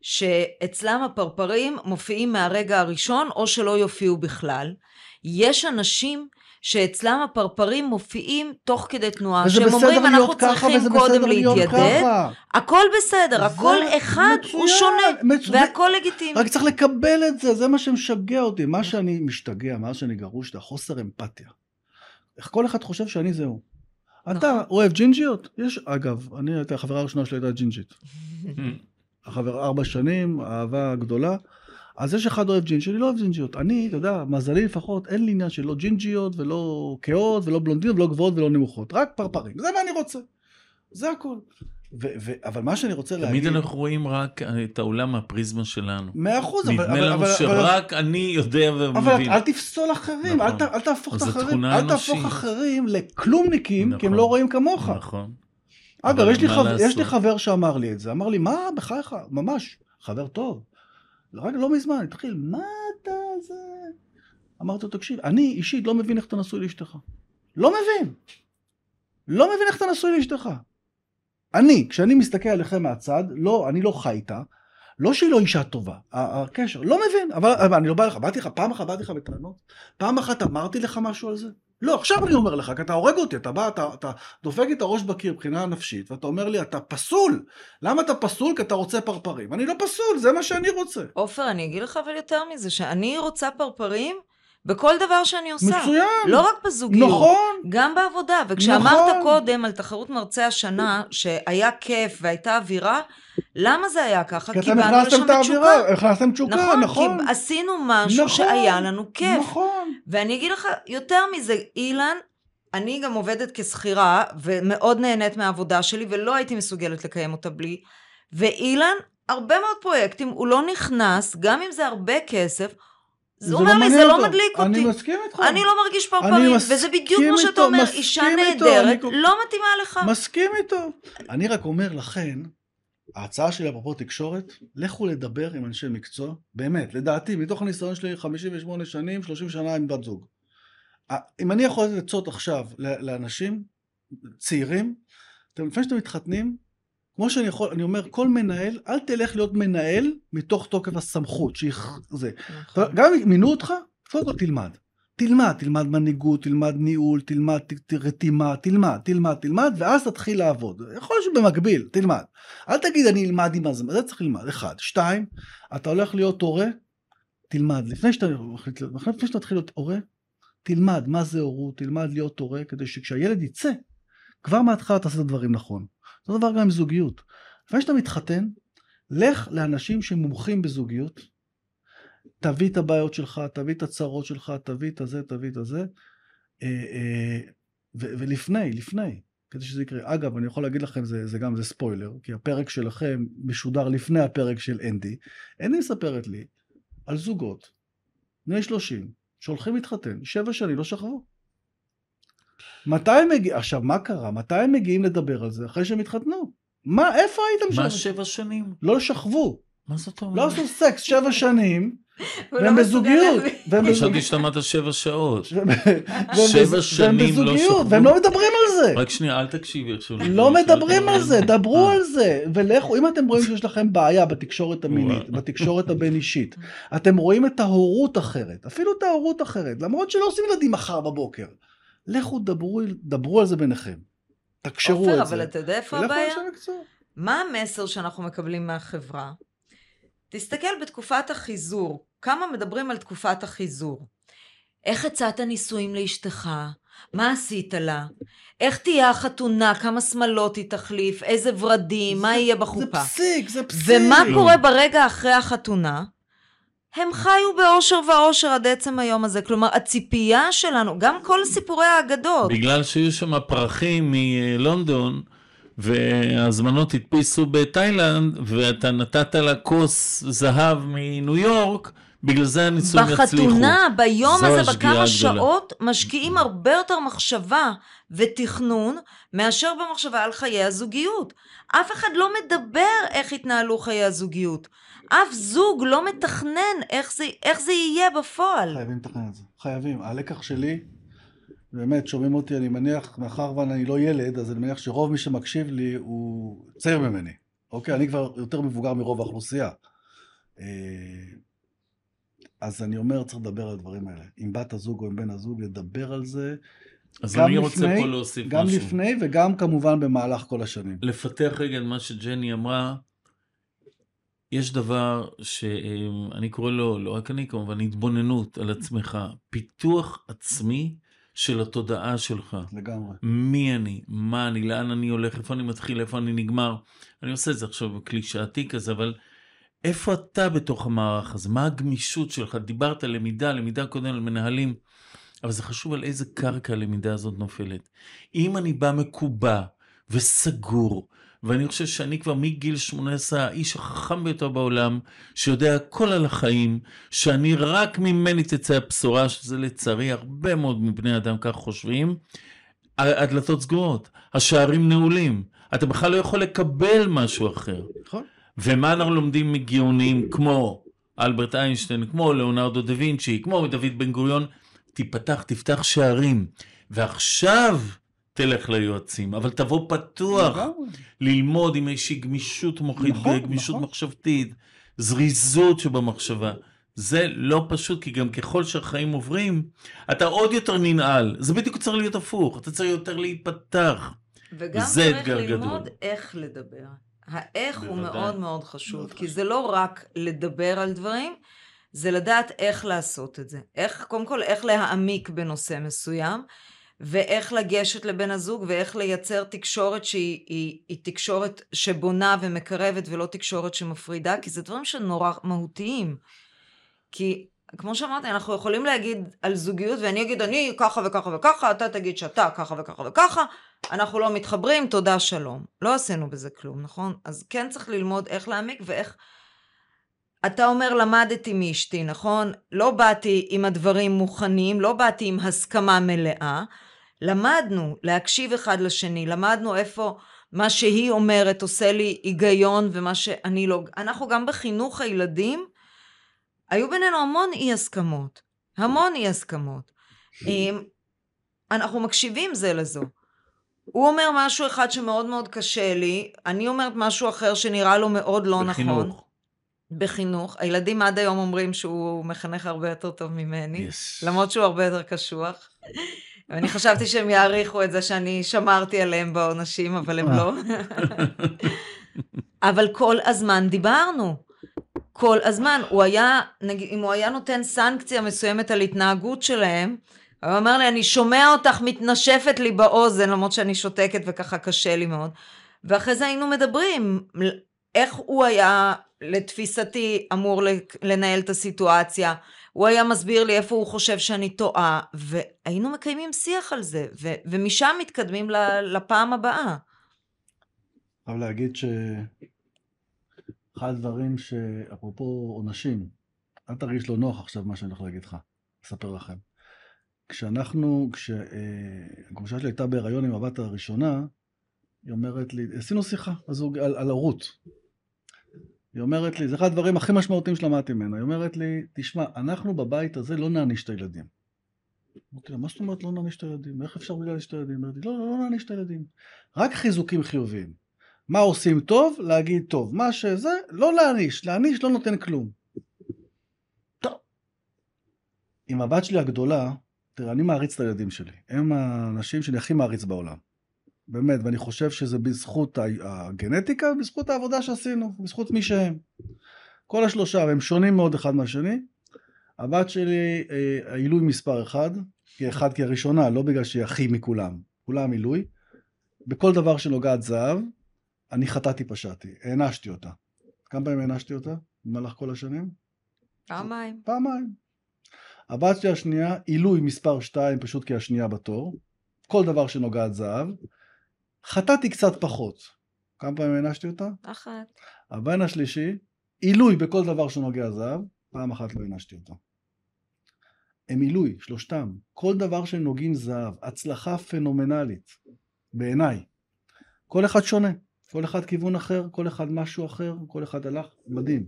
שאצלם הפרפרים מופיעים מהרגע הראשון, או שלא יופיעו בכלל. יש אנשים שאצלם הפרפרים מופיעים תוך כדי תנועה, שהם אומרים אנחנו צריכים קודם להתיידד, הכל בסדר, הכל אחד הוא שונה, והכל לגיטימי. רק צריך לקבל את זה, זה מה שמשגע אותי, מה שאני משתגע, מה שאני גרוש, זה החוסר אמפתיה. איך כל אחד חושב שאני זהו. אתה אוהב ג'ינג'יות? יש, אגב, החברה הראשונה שלי הייתה ג'ינג'ית. החברה 4 שנים, אהבה גדולה, אז יש אחד אוהב ג'ינג'יות, אני לא אוהב ג'ינג'יות. אני, אתה יודע, מזלי לפחות, אין לי עניין של לא ג'ינג'יות, ולא קאות, ולא בלונדינות, ולא גבוהות, ולא נמוכות. רק פרפרים. זה מה אני רוצה. זה הכל. אבל מה שאני רוצה להגיד... תמיד אנחנו רואים רק את העולם מהפריזמה שלנו. 100%. נדמה לנו שרק אני יודע ומבין. אבל אל תפסול אחרים, אל תהפוך אחרים לכלומניקים, כי הם לא רואים כמוך. נכון. אגב, יש לי חבר שאמר לי את זה. אמר לי, מה בחייך? ממש, חבר טוב. רק לא מזמן, התחיל, מה אתה זה? אמרתי לו, תקשיב, אני אישית לא מבין איך אתה נשוי לאשתך. לא מבין. לא מבין איך אתה נשוי לאשתך. כשאני מסתכל עליכם מהצד, אני לא חי איתה, לא שהיא לא אישה טובה, הקשר, לא מבין, אבל אני לא בא לך, פעם אחת באתי לך בטענות, פעם אחת אמרתי לך משהו על זה? לא, עכשיו אני אומר לך, כי אתה הורג אותי, אתה בא, אתה דופק את הראש בקיר מבחינה נפשית, ואתה אומר לי, אתה פסול. למה אתה פסול? כי אתה רוצה פרפרים. אני לא פסול, זה מה שאני רוצה. עופר, אני אגיד לך אבל יותר מזה, שאני רוצה פרפרים בכל דבר שאני עושה. מצוין. לא רק בזוגיות. נכון. גם בעבודה. וכשאמרת קודם על תחרות מרצה השנה, שהיה כיף והייתה אווירה, למה זה היה ככה? כי באנו לשם תשוקה. הכנסתם תשוקה, נכון. כי עשינו משהו שהיה לנו כיף. נכון. ואני אגיד לך יותר מזה, אילן, אני גם עובדת כסחירה, ומאוד נהנית מהעבודה שלי, ולא הייתי מסוגלת לקיים אותה בלי. ואילן, הרבה מאוד פרויקטים, הוא לא נכנס, גם אם זה הרבה כסף, הוא אומר לי, זה לא מדליק אותי. אני מסכים איתך. אני לא מרגיש פרפרים, וזה בדיוק כמו שאתה אומר, אישה נהדרת, לא מתאימה לך. מסכים איתו. אני רק אומר לכן, ההצעה שלי אפרופו תקשורת, לכו לדבר עם אנשי מקצוע, באמת, לדעתי, מתוך הניסיון שלי 58 שנים, 30 שנה עם בת זוג. אם אני יכול לתת עצות עכשיו לאנשים צעירים, לפני שאתם מתחתנים, כמו שאני יכול, אני אומר, כל מנהל, אל תלך להיות מנהל מתוך תוקף הסמכות, גם אם מינו אותך, קודם כל תלמד מנהיגות, תלמד ניהול, תלמד רתימה, תלמד, ואז תתחיל לעבוד. יכול להיות שבמקביל, תלמד. אל תגיד, אני אלמד עם הזמן, זה צריך ללמד. 1. 2, אתה הולך להיות הורה, תלמד. לפני שאתה תתחיל להיות הורה, תלמד מה זה הורות, תלמד להיות הורה, כדי שכשהילד יצא, כבר מההתחלה תעשה את הדברים נכון. זה דבר גם עם זוגיות. לפני שאתה מתחתן, לך לאנשים שמומחים בזוגיות, תביא את הבעיות שלך, תביא את הצרות שלך, תביא את הזה, ולפני, כדי שזה יקרה. אגב, אני יכול להגיד לכם, זה ספוילר, כי הפרק שלכם משודר לפני הפרק של אנדי. אנדי מספרת לי על זוגות, בני 30, שהולכים להתחתן, 7 שנים לא שחררו. עכשיו, מה קרה? מתי הם מגיעים לדבר על זה? אחרי שהם התחתנו. מה, איפה הייתם מה 7 שנים? 7 שנים? לא שכבו, מה זאת אומרת? לא עשו סקס 7 שנים, הוא לא והם מסוגל בזוגיות. להבין. והם חשבתי שאתה אמרת 7 שעות. 7 והם שנים לא בזוגיות, שכבו. והם לא מדברים על זה. רק שנייה, אל תקשיבי עכשיו. לא מדברים על זה, דברו אה. על זה. ולכו, אם אתם רואים שיש לכם בעיה בתקשורת המינית, בתקשורת הבין אישית, אתם רואים את ההורות אחרת, אפילו את ההורות אחרת, למרות שלא עושים ילדים מחר בבוקר. לכו דברו על זה ביניכם. תקשרו עופר, את זה. אבל אתה יודע איפה ולכו הבעיה? אנשי מקצוע. מה המסר שאנחנו מקבלים מהחברה? תסתכל בתקופת החיזור, כמה מדברים על תקופת החיזור. איך הצעת נישואים לאשתך? מה עשית לה? איך תהיה החתונה? כמה שמלות היא תחליף? איזה ורדים? מה יהיה בחופה? זה פסיק. ומה קורה ברגע אחרי החתונה? הם חיו באושר ואושר עד עצם היום הזה. כלומר, הציפייה שלנו, גם כל סיפורי האגדות. בגלל שהיו שם פרחים מלונדון, והזמנות הדפיסו בתאילנד, ואתה נתת לה כוס זהב מניו יורק, בגלל זה הניסויים יצליחו. בחתונה, ביום זו הזה, השגיאה בכמה הגדולה. שעות, משקיעים הרבה יותר מחשבה ותכנון, מאשר במחשבה על חיי הזוגיות. אף אחד לא מדבר איך התנהלו חיי הזוגיות. אף זוג לא מתכנן איך זה יהיה בפועל. חייבים לתכנן את זה. חייבים. הלקח שלי, באמת, שומעים אותי, אני מניח, מאחר ואני לא ילד, אז אני מניח שרוב מי שמקשיב לי הוא צעיר ממני. אוקיי? אני כבר יותר מבוגר מרוב האוכלוסייה. אז אני אומר, צריך לדבר על הדברים האלה. עם בת הזוג או עם בן הזוג, לדבר על זה. אז אני רוצה פה להוסיף גם משהו. לפני וגם כמובן במהלך כל השנים. לפתח רגע את מה שג'ני אמרה, יש דבר שאני קורא לו, לא רק אני כמובן, התבוננות על עצמך, פיתוח עצמי של התודעה שלך. לגמרי. מי אני, מה אני, לאן אני הולך, איפה אני מתחיל, איפה אני נגמר. אני עושה את זה עכשיו קלישאתי כזה, אבל איפה אתה בתוך המערך הזה? מה הגמישות שלך? דיברת על למידה קודם על מנהלים, אבל זה חשוב על איזה קרקע הלמידה הזאת נופלת. אם אני בא מקובע וסגור, ואני חושב שאני כבר מגיל 18 האיש החכם ביותר בעולם, שיודע הכל על החיים, שאני רק ממני תצא הבשורה, שזה לצערי הרבה מאוד מבני אדם כך חושבים, הדלתות סגורות, השערים נעולים, אתה בכלל לא יכול לקבל משהו אחר. נכון. ומה אנחנו לומדים מגאונים כמו אלברט איינשטיין, כמו ליאונרדו דה וינצ'י, כמו דוד בן גוריון, תפתח שערים, ועכשיו תלך ליועצים, אבל תבוא פתוח, ללמוד עם איזושהי גמישות מוחית, גמישות מחשבתית, זריזות שבמחשבה. זה לא פשוט, כי גם ככל שהחיים עוברים, אתה עוד יותר ננעל. זה בדיוק צריך להיות הפוך, אתה צריך יותר להיפתח. וגם צריך ללמוד איך לדבר. האיך הוא מאוד מאוד חשוב, כי זה לא רק לדבר על דברים, זה לדעת איך לעשות את זה. קודם כל, איך להעמיק בנושא מסוים, ואיך לגשת לבן הזוג, ואיך לייצר תקשורת שהיא תקשורת שבונה ומקרבת, ולא תקשורת שמפרידה, כי זה דברים שנורא מהותיים. כי, כמו שאמרתי, אנחנו יכולים להגיד על זוגיות, ואני אגיד, אני ככה וככה וככה, אתה תגיד שאתה ככה וככה וככה, אנחנו לא מתחברים, תודה שלום. לא עשינו בזה כלום, נכון? אז כן צריך ללמוד איך להעמיק, ואיך... אתה אומר, למדתי מאשתי, נכון? לא באתי עם הדברים מוכנים, לא באתי עם הסכמה מלאה, למדנו להקשיב אחד לשני, למדנו איפה מה שהיא אומרת עושה לי היגיון, ומה שאני לא... אנחנו גם בחינוך הילדים, היו בינינו המון אי הסכמות, המון אי הסכמות. אנחנו מקשיבים זה לזו. הוא אומר משהו אחד שמאוד מאוד קשה לי, אני אומרת משהו אחר שנראה לו מאוד לא נכון. בחינוך. הילדים עד היום אומרים שהוא מחנך הרבה יותר טוב ממני, למרות שהוא הרבה יותר קשוח. ואני חשבתי שהם יעריכו את זה שאני שמרתי עליהם בעונשים, אבל הם לא. אבל כל הזמן דיברנו. כל הזמן. אם הוא היה נותן סנקציה מסוימת על התנהגות שלהם, הוא אמר לי, אני שומע אותך מתנשפת לי באוזן, למרות שאני שותקת וככה קשה לי מאוד. ואחרי זה היינו מדברים, איך הוא היה, לתפיסתי, אמור לנהל את הסיטואציה. הוא היה מסביר לי איפה הוא חושב שאני טועה, והיינו מקיימים שיח על זה, ומשם מתקדמים לפעם הבאה. אני חייב להגיד אחד הדברים שאפרופו עונשים, אל תרגיש לא נוח עכשיו מה שאני הולך להגיד לך, אספר לכם. כשהגרושה שלי הייתה בהיריון עם הבת הראשונה, היא אומרת לי, עשינו שיחה על הורות. היא אומרת לי, זה אחד הדברים הכי משמעותיים שלמדתי ממנה, היא אומרת לי, תשמע, אנחנו בבית הזה לא נעניש את הילדים. אמרתי לה, מה זאת אומרת לא נעניש את הילדים? איך אפשר להעניש את הילדים? אמרתי, לא נעניש את הילדים. רק חיזוקים חיוביים. מה עושים טוב? להגיד טוב. מה שזה, לא להעניש. להעניש לא נותן כלום. טוב. עם הבת שלי הגדולה, תראה, אני מעריץ את הילדים שלי. הם האנשים שאני הכי מעריץ בעולם. באמת, ואני חושב שזה בזכות הגנטיקה, ובזכות העבודה שעשינו, בזכות מי שהם. כל השלושה, והם שונים מאוד אחד מהשני. הבת שלי, העילוי מספר אחד, כי הראשונה, לא בגלל שהיא הכי מכולם, כולם עילוי. בכל דבר שנוגעת זהב, אני חטאתי פשעתי, הענשתי אותה. כמה פעמים הענשתי אותה? במהלך כל השנים? פעמיים. הבת שלי השנייה, עילוי מספר 2, פשוט כי השנייה בתור. כל דבר שנוגעת זהב. חטאתי קצת פחות. כמה פעמים הענשתי אותה? אחת. הבן השלישי, עילוי בכל דבר שנוגע זהב, פעם אחת לא הענשתי אותו. הם עילוי, שלושתם. כל דבר שנוגעים זהב, הצלחה פנומנלית, בעיניי. כל אחד שונה, כל אחד כיוון אחר, כל אחד משהו אחר, כל אחד הלך, מדהים.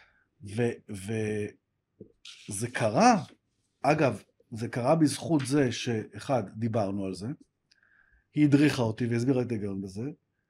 וזה קרה, אגב, זה קרה בזכות זה שאחד, דיברנו על זה, היא הדריכה אותי והסבירה את ההיגיון בזה,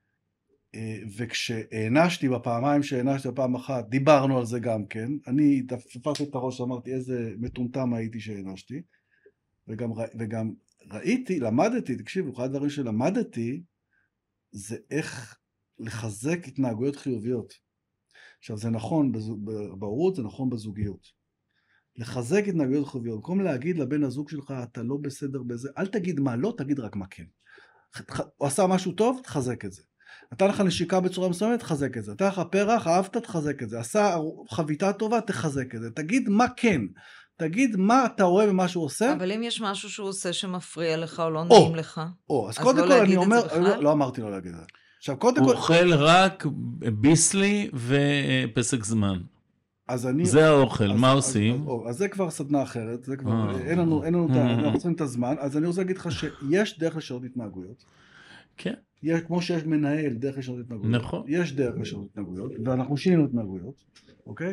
וכשהענשתי בפעמיים שהענשתי בפעם אחת, דיברנו על זה גם כן, אני תפסתי את הראש, אמרתי איזה מטומטם הייתי שהענשתי, וגם ראיתי, למדתי, תקשיבו, אחד הדברים שלמדתי, זה איך לחזק התנהגויות חיוביות. עכשיו זה נכון בהורות, זה נכון בזוגיות. לחזק התנהגויות חיוביות, במקום להגיד לבן הזוג שלך, אתה לא בסדר בזה, אל תגיד מה לא, תגיד רק מה כן. הוא עשה משהו טוב, תחזק את זה. נתן לך נשיקה בצורה מסוימת, תחזק את זה. נתן לך פרח, אהבת, תחזק את זה. עשה חביתה טובה, תחזק את זה. תגיד מה כן. תגיד מה אתה רואה במה שהוא עושה. אבל אם יש משהו שהוא עושה שמפריע לך או לא נעים לך, אז קודם כל אני אומר, לא אמרתי לו להגיד את זה. עכשיו קודם כל... הוא אוכל רק ביסלי ופסק זמן. זה האוכל, מה עושים? אז זה כבר סדנה אחרת, זה כבר, אין לנו, אנחנו צריכים את הזמן, אז אני רוצה להגיד לך שיש דרך לשנות התנהגויות. כן. כמו שיש מנהל דרך לשנות התנהגויות. נכון. יש דרך לשנות התנהגויות, ואנחנו שינינו התנהגויות, אוקיי?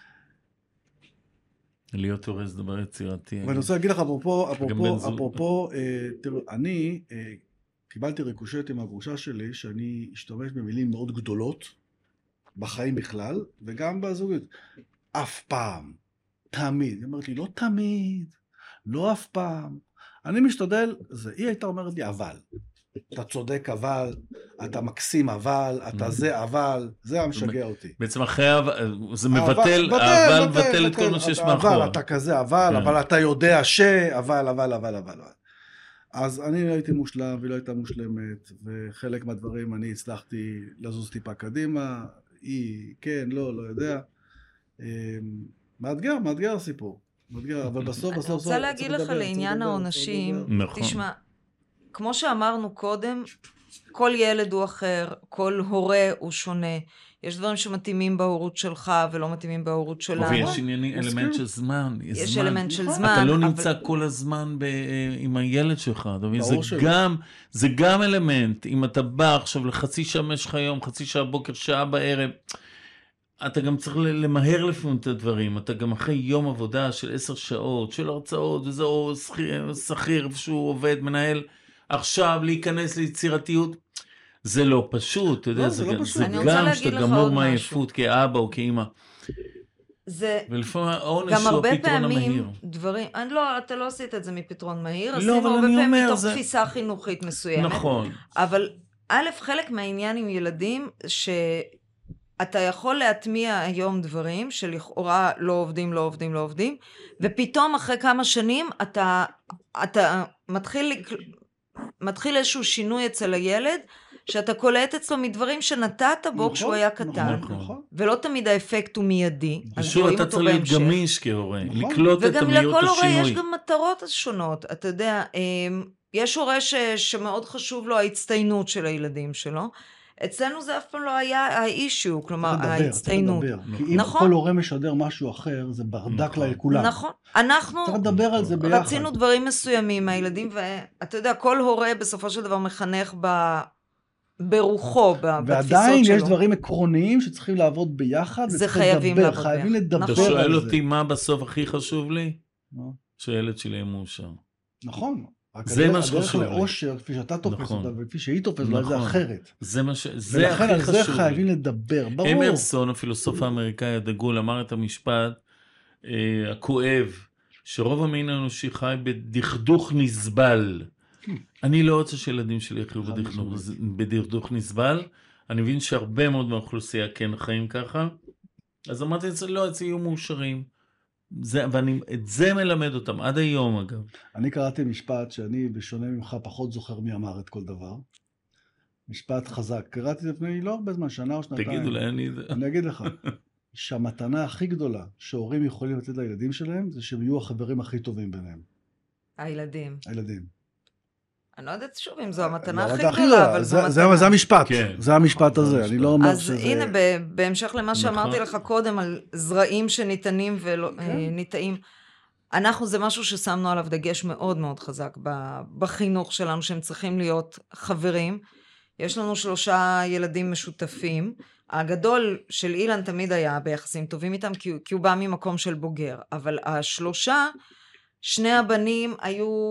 להיות הורס דבר יצירתי. ואני רוצה להגיד לך, אפרופו, תראו, אני קיבלתי ריקושט עם הגרושה שלי, שאני אשתמש במילים מאוד גדולות, בחיים בכלל, וגם בזוגיות. אף פעם, תמיד. היא אומרת לי, לא תמיד, לא אף פעם. אני משתדל, היא הייתה אומרת לי, אבל. אתה צודק אבל, אתה מקסים אבל, אתה זה אבל, זה המשגע אותי. בעצם אחרי זה מבטל, אבל מבטל את כל מה שיש מאחור. אבל, אתה כזה אבל אתה יודע אבל. אז אני לא הייתי מושלם, והיא לא הייתה מושלמת, וחלק מהדברים אני הצלחתי לזוז טיפה קדימה, היא, כן, לא יודע. מאתגר הסיפור. אבל בסוף... אני רוצה להגיד לך לעניין העונשים, תשמע, כמו שאמרנו קודם, כל ילד הוא אחר, כל הורה הוא שונה. יש דברים שמתאימים בהורות שלך ולא מתאימים בהורות שלנו. ויש אלמנט של זמן. יש אלמנט של זמן. אתה לא נמצא כל הזמן עם הילד שלך. זה גם אלמנט. אם אתה בא עכשיו לחצי שעה משך היום, חצי שעה בוקר, שעה בערב, אתה גם צריך למהר לפעמים את הדברים. אתה גם אחרי יום עבודה של 10 שעות, של הרצאות, וזה או שכיר, איפשהו עובד, מנהל, עכשיו להיכנס ליצירתיות. זה לא פשוט, אתה יודע, זה גם שאתה גמור מעייפות כאבא או כאמא. ולפעמים העונש הוא הפתרון המהיר. דברים, אתה לא עשית את זה מפתרון מהיר, עשינו הרבה פעמים מתוך תפיסה חינוכית מסוימת. נכון. אבל חלק מהעניין עם ילדים, שאתה יכול להטמיע היום דברים, שלכאורה לא עובדים, ופתאום אחרי כמה שנים, אתה מתחיל איזשהו שינוי אצל הילד, שאתה קולט אצלו מדברים שנתת בו כשהוא היה קטן, ולא תמיד האפקט הוא מיידי. ושוב, אתה צריך להיות גמיש כהורה, לקלוט את המהירות השינוי. וגם לכל הורה יש גם מטרות שונות. אתה יודע, יש הורה שמאוד חשוב לו ההצטיינות של הילדים שלו. אצלנו זה אף פעם לא היה האישיו, כלומר ההצטיינות. כי אם כל הורה משדר משהו אחר, זה ברדק לכולם. נכון. אנחנו רצינו דברים מסוימים מהילדים, ואתה יודע, כל הורה בסופו של דבר מחנך ברוחו, בתפיסות שלו. ועדיין יש דברים עקרוניים שצריכים לעבוד ביחד. זה חייבים לעבוד. חייבים לדבר על אתה זה. שואל אותי מה בסוף הכי חשוב לי? שהילד שלי יהיה מאושר. נכון. זה מה שחשוב לי. הדרך לאושר, כפי שאתה תופס נכון. אותה, וכפי שהיא תופסת אותה, זה אחרת. זה ולכן הכי על חשוב זה לי. חייבים לדבר, ברור. אמרסון, הפילוסוף האמריקאי הדגול, אמר את המשפט הכואב, שרוב המין האנושי חי בדכדוך נסבל. אני לא רוצה שילדים שלי יחיו בדכדוך נסבל. אני מבין שהרבה מאוד מהאוכלוסייה כן חיים ככה. אז אמרתי, לא, אז יהיו מאושרים. ואני את זה מלמד אותם, עד היום אגב. אני קראתי משפט שאני בשונה ממך פחות זוכר מי אמר את כל דבר. משפט חזק. קראתי לפני לא הרבה זמן, שנה או שנתיים. תגיד, אולי אני אגיד לך, שהמתנה הכי גדולה שהורים יכולים לתת לילדים שלהם, זה שהם יהיו החברים הכי טובים ביניהם. הילדים. הילדים. אני לא יודעת שוב אם זו המתנה הכי גדולה, אבל זו מתנה. זה המשפט, זה המשפט הזה, אני לא אומר שזה... אז הנה, בהמשך למה שאמרתי לך קודם, על זרעים שניתנים וניטעים, זה משהו ששמנו עליו דגש מאוד מאוד חזק בחינוך שלנו, שהם צריכים להיות חברים. יש לנו 3 ילדים משותפים. הגדול של אילן תמיד היה ביחסים טובים איתם, כי הוא בא ממקום של בוגר. אבל 3, 2 הבנים היו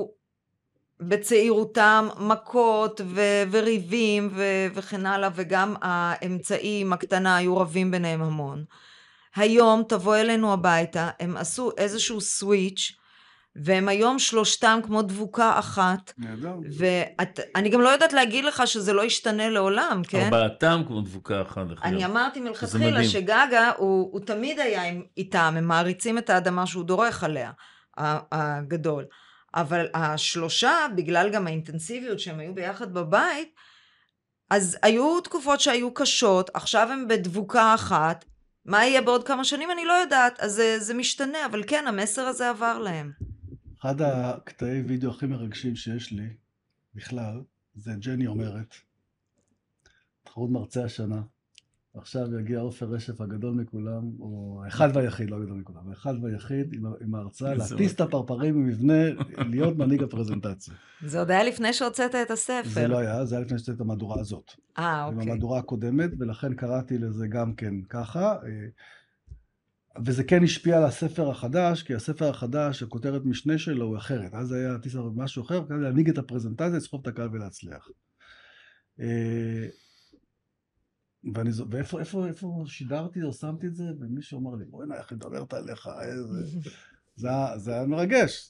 בצעירותם מכות וריבים וכן הלאה, וגם האמצעים הקטנה היו רבים ביניהם המון. היום תבוא אלינו הביתה, הם עשו איזשהו סוויץ', והם היום 3 כמו דבוקה אחת, ואני גם לא יודעת להגיד לך שזה לא ישתנה לעולם, כן? 4 כמו דבוקה אחת. אני אמרתי מלכתחילה שגגה הוא תמיד היה איתם, הם מעריצים את האדמה שהוא דורך עליה, הגדול. אבל 3, בגלל גם האינטנסיביות שהם היו ביחד בבית, אז היו תקופות שהיו קשות, עכשיו הם בדבוקה אחת, מה יהיה בעוד כמה שנים אני לא יודעת, אז זה משתנה, אבל כן, המסר הזה עבר להם. אחד הקטעי וידאו הכי מרגשים שיש לי, בכלל, זה ג'ני אומרת, תחרות מרצה השנה, עכשיו יגיע עופר רשף הגדול מכולם, או האחד והיחיד, לא הגדול מכולם, האחד והיחיד עם ההרצאה, להטיס את הפרפרים במבנה, להיות מנהיג הפרזנטציה. זה עוד היה לפני שהוצאת את הספר. זה לא היה, זה היה לפני שהוצאת את המהדורה הזאת. אוקיי. עם המהדורה הקודמת, ולכן קראתי לזה גם כן ככה, וזה כן השפיע על הספר החדש, כי הספר החדש, הכותרת משנה שלו הוא אחרת, אז היה להטיס משהו אחר, כדי להנהיג את הפרזנטציה, לסחוב את הקהל ולהצליח. ואיפה שידרתי או שמתי את זה, ומישהו אמר לי, בואי איך לדברת עליך, זה היה מרגש.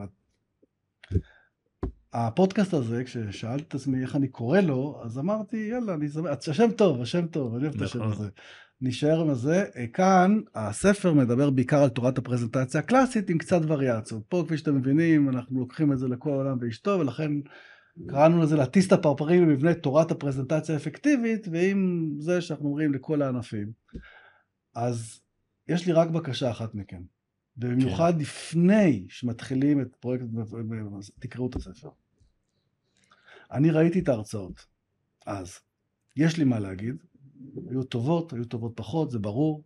הפודקאסט הזה, כששאלתי את עצמי איך אני קורא לו, אז אמרתי, יאללה, השם טוב, אני אוהב את השם הזה. נשאר עם זה. כאן, הספר מדבר בעיקר על תורת הפרזנטציה הקלאסית, עם קצת וריאציות. פה, כפי שאתם מבינים, אנחנו לוקחים את זה לכל העולם ואשתו, ולכן קראנו לזה להטיס את הפרפרים במבנה תורת הפרזנטציה האפקטיבית, ועם זה שאנחנו אומרים לכל הענפים. אז יש לי רק בקשה אחת מכם, ובמיוחד לפני שמתחילים את פרויקט, תקראו את הספר. אני ראיתי את ההרצאות, אז יש לי מה להגיד, היו טובות פחות, זה ברור.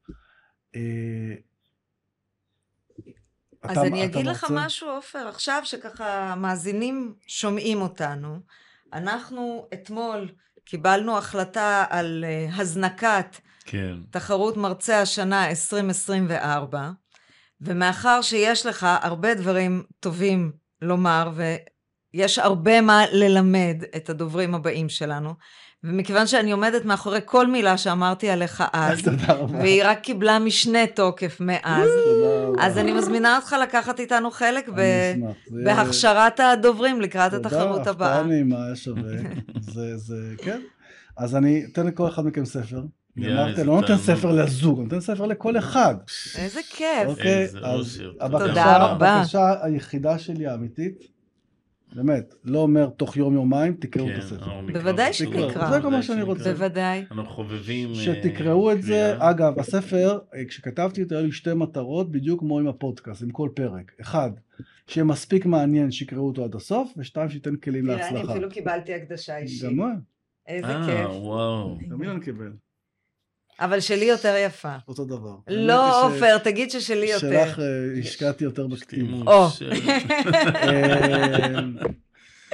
אז אני אגיד לך משהו, עופר, עכשיו שככה מאזינים שומעים אותנו, אנחנו אתמול קיבלנו החלטה על הזנקת תחרות מרצה השנה 2024, ומאחר שיש לך הרבה דברים טובים לומר, ויש הרבה מה ללמד את הדוברים הבאים שלנו, ומכיוון שאני עומדת מאחורי כל מילה שאמרתי עליך אז, והיא רק קיבלה משנה תוקף מאז, אז אני מזמינה אותך לקחת איתנו חלק בהכשרת הדוברים לקראת התחרות הבאה. תודה, נעימה, היה שווה. זה, כן. אז אני אתן לכל אחד מכם ספר. אמרתי, לא נותן ספר לזוג, נותן ספר לכל אחד. איזה כיף. אוקיי, אז הבקשה היחידה שלי האמיתית, באמת, לא אומר תוך יומיים, תקראו את הספר. בוודאי שנקרא. זה גם מה שאני רוצה. בוודאי. אנחנו חובבים. שתקראו את זה. אגב, הספר, כשכתבתי אותו, היו לי 2 מטרות, בדיוק כמו עם הפודקאסט, עם כל פרק. 1, שיהיה מספיק מעניין, שיקראו אותו עד הסוף, ו2, שייתן כלים להצלחה. אני אפילו קיבלתי הקדשה אישית. גם מה? איזה כיף. וואו. גם אילן קיבל. אבל שלי יותר יפה. אותו דבר. לא, עופר, תגיד ששלי יותר. שלך השקעתי יותר בכתיב.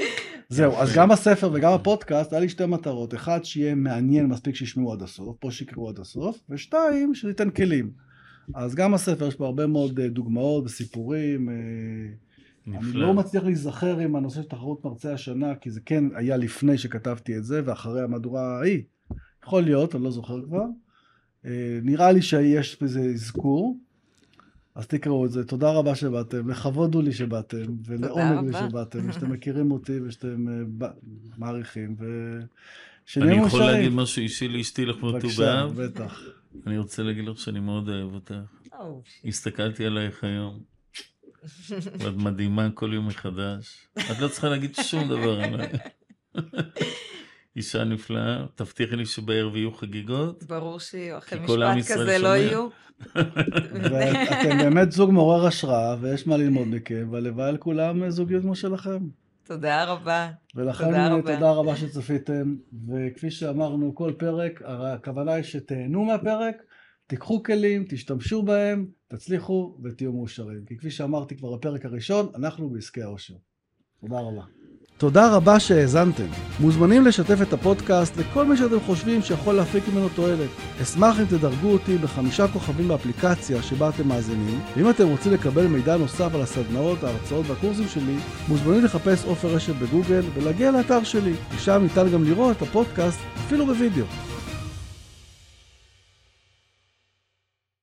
זהו, אז גם הספר וגם הפודקאסט, היה לי שתי מטרות. אחד, שיהיה מעניין מספיק שישמעו עד הסוף, פה שיקראו עד הסוף, ושתיים, שניתן כלים. אז גם הספר יש פה הרבה מאוד דוגמאות וסיפורים. אני לא מצליח להיזכר עם הנושא של תחרות מרצה השנה, כי זה כן היה לפני שכתבתי את זה, ואחרי המהדורה ההיא. יכול להיות, אני לא זוכר כבר. נראה לי שיש בזה אזכור. אז תקראו את זה. תודה רבה שבאתם, לכבוד הוא לי שבאתם, ולעונג לי שבאתם, ושאתם מכירים אותי ושאתם מעריכים. אני יכול להגיד משהו אישי לאשתי לכבוד ט"ו באב? בטח. אני רוצה להגיד לך שאני מאוד אוהב אותך. הסתכלתי עלייך היום. ואת מדהימה כל יום מחדש. את לא צריכה להגיד שום דבר עליי. אישה נפלאה, תבטיחי לי שבערב יהיו חגיגות. ברור שיהיו, אחרי משפט כזה לא יהיו. ואתם באמת זוג מעורר השראה, ויש מה ללמוד מכם, והלוואי על כולם זוגיות כמו שלכם. תודה רבה. ולכן תודה רבה שצפיתם, וכפי שאמרנו כל פרק, הכוונה היא שתהנו מהפרק, תיקחו כלים, תשתמשו בהם, תצליחו ותהיו מאושרים. כי כפי שאמרתי כבר בפרק הראשון, אנחנו בעסקי האושר. תודה רבה. תודה רבה שהאזנתם. מוזמנים לשתף את הפודקאסט לכל מי שאתם חושבים שיכול להפיק ממנו תועלת. אשמח אם תדרגו אותי ב5 כוכבים באפליקציה שבה אתם מאזינים, ואם אתם רוצים לקבל מידע נוסף על הסדנאות, ההרצאות והקורסים שלי, מוזמנים לחפש עופר רשף בגוגל ולהגיע לאתר שלי, ושם ניתן גם לראות את הפודקאסט אפילו בווידאו.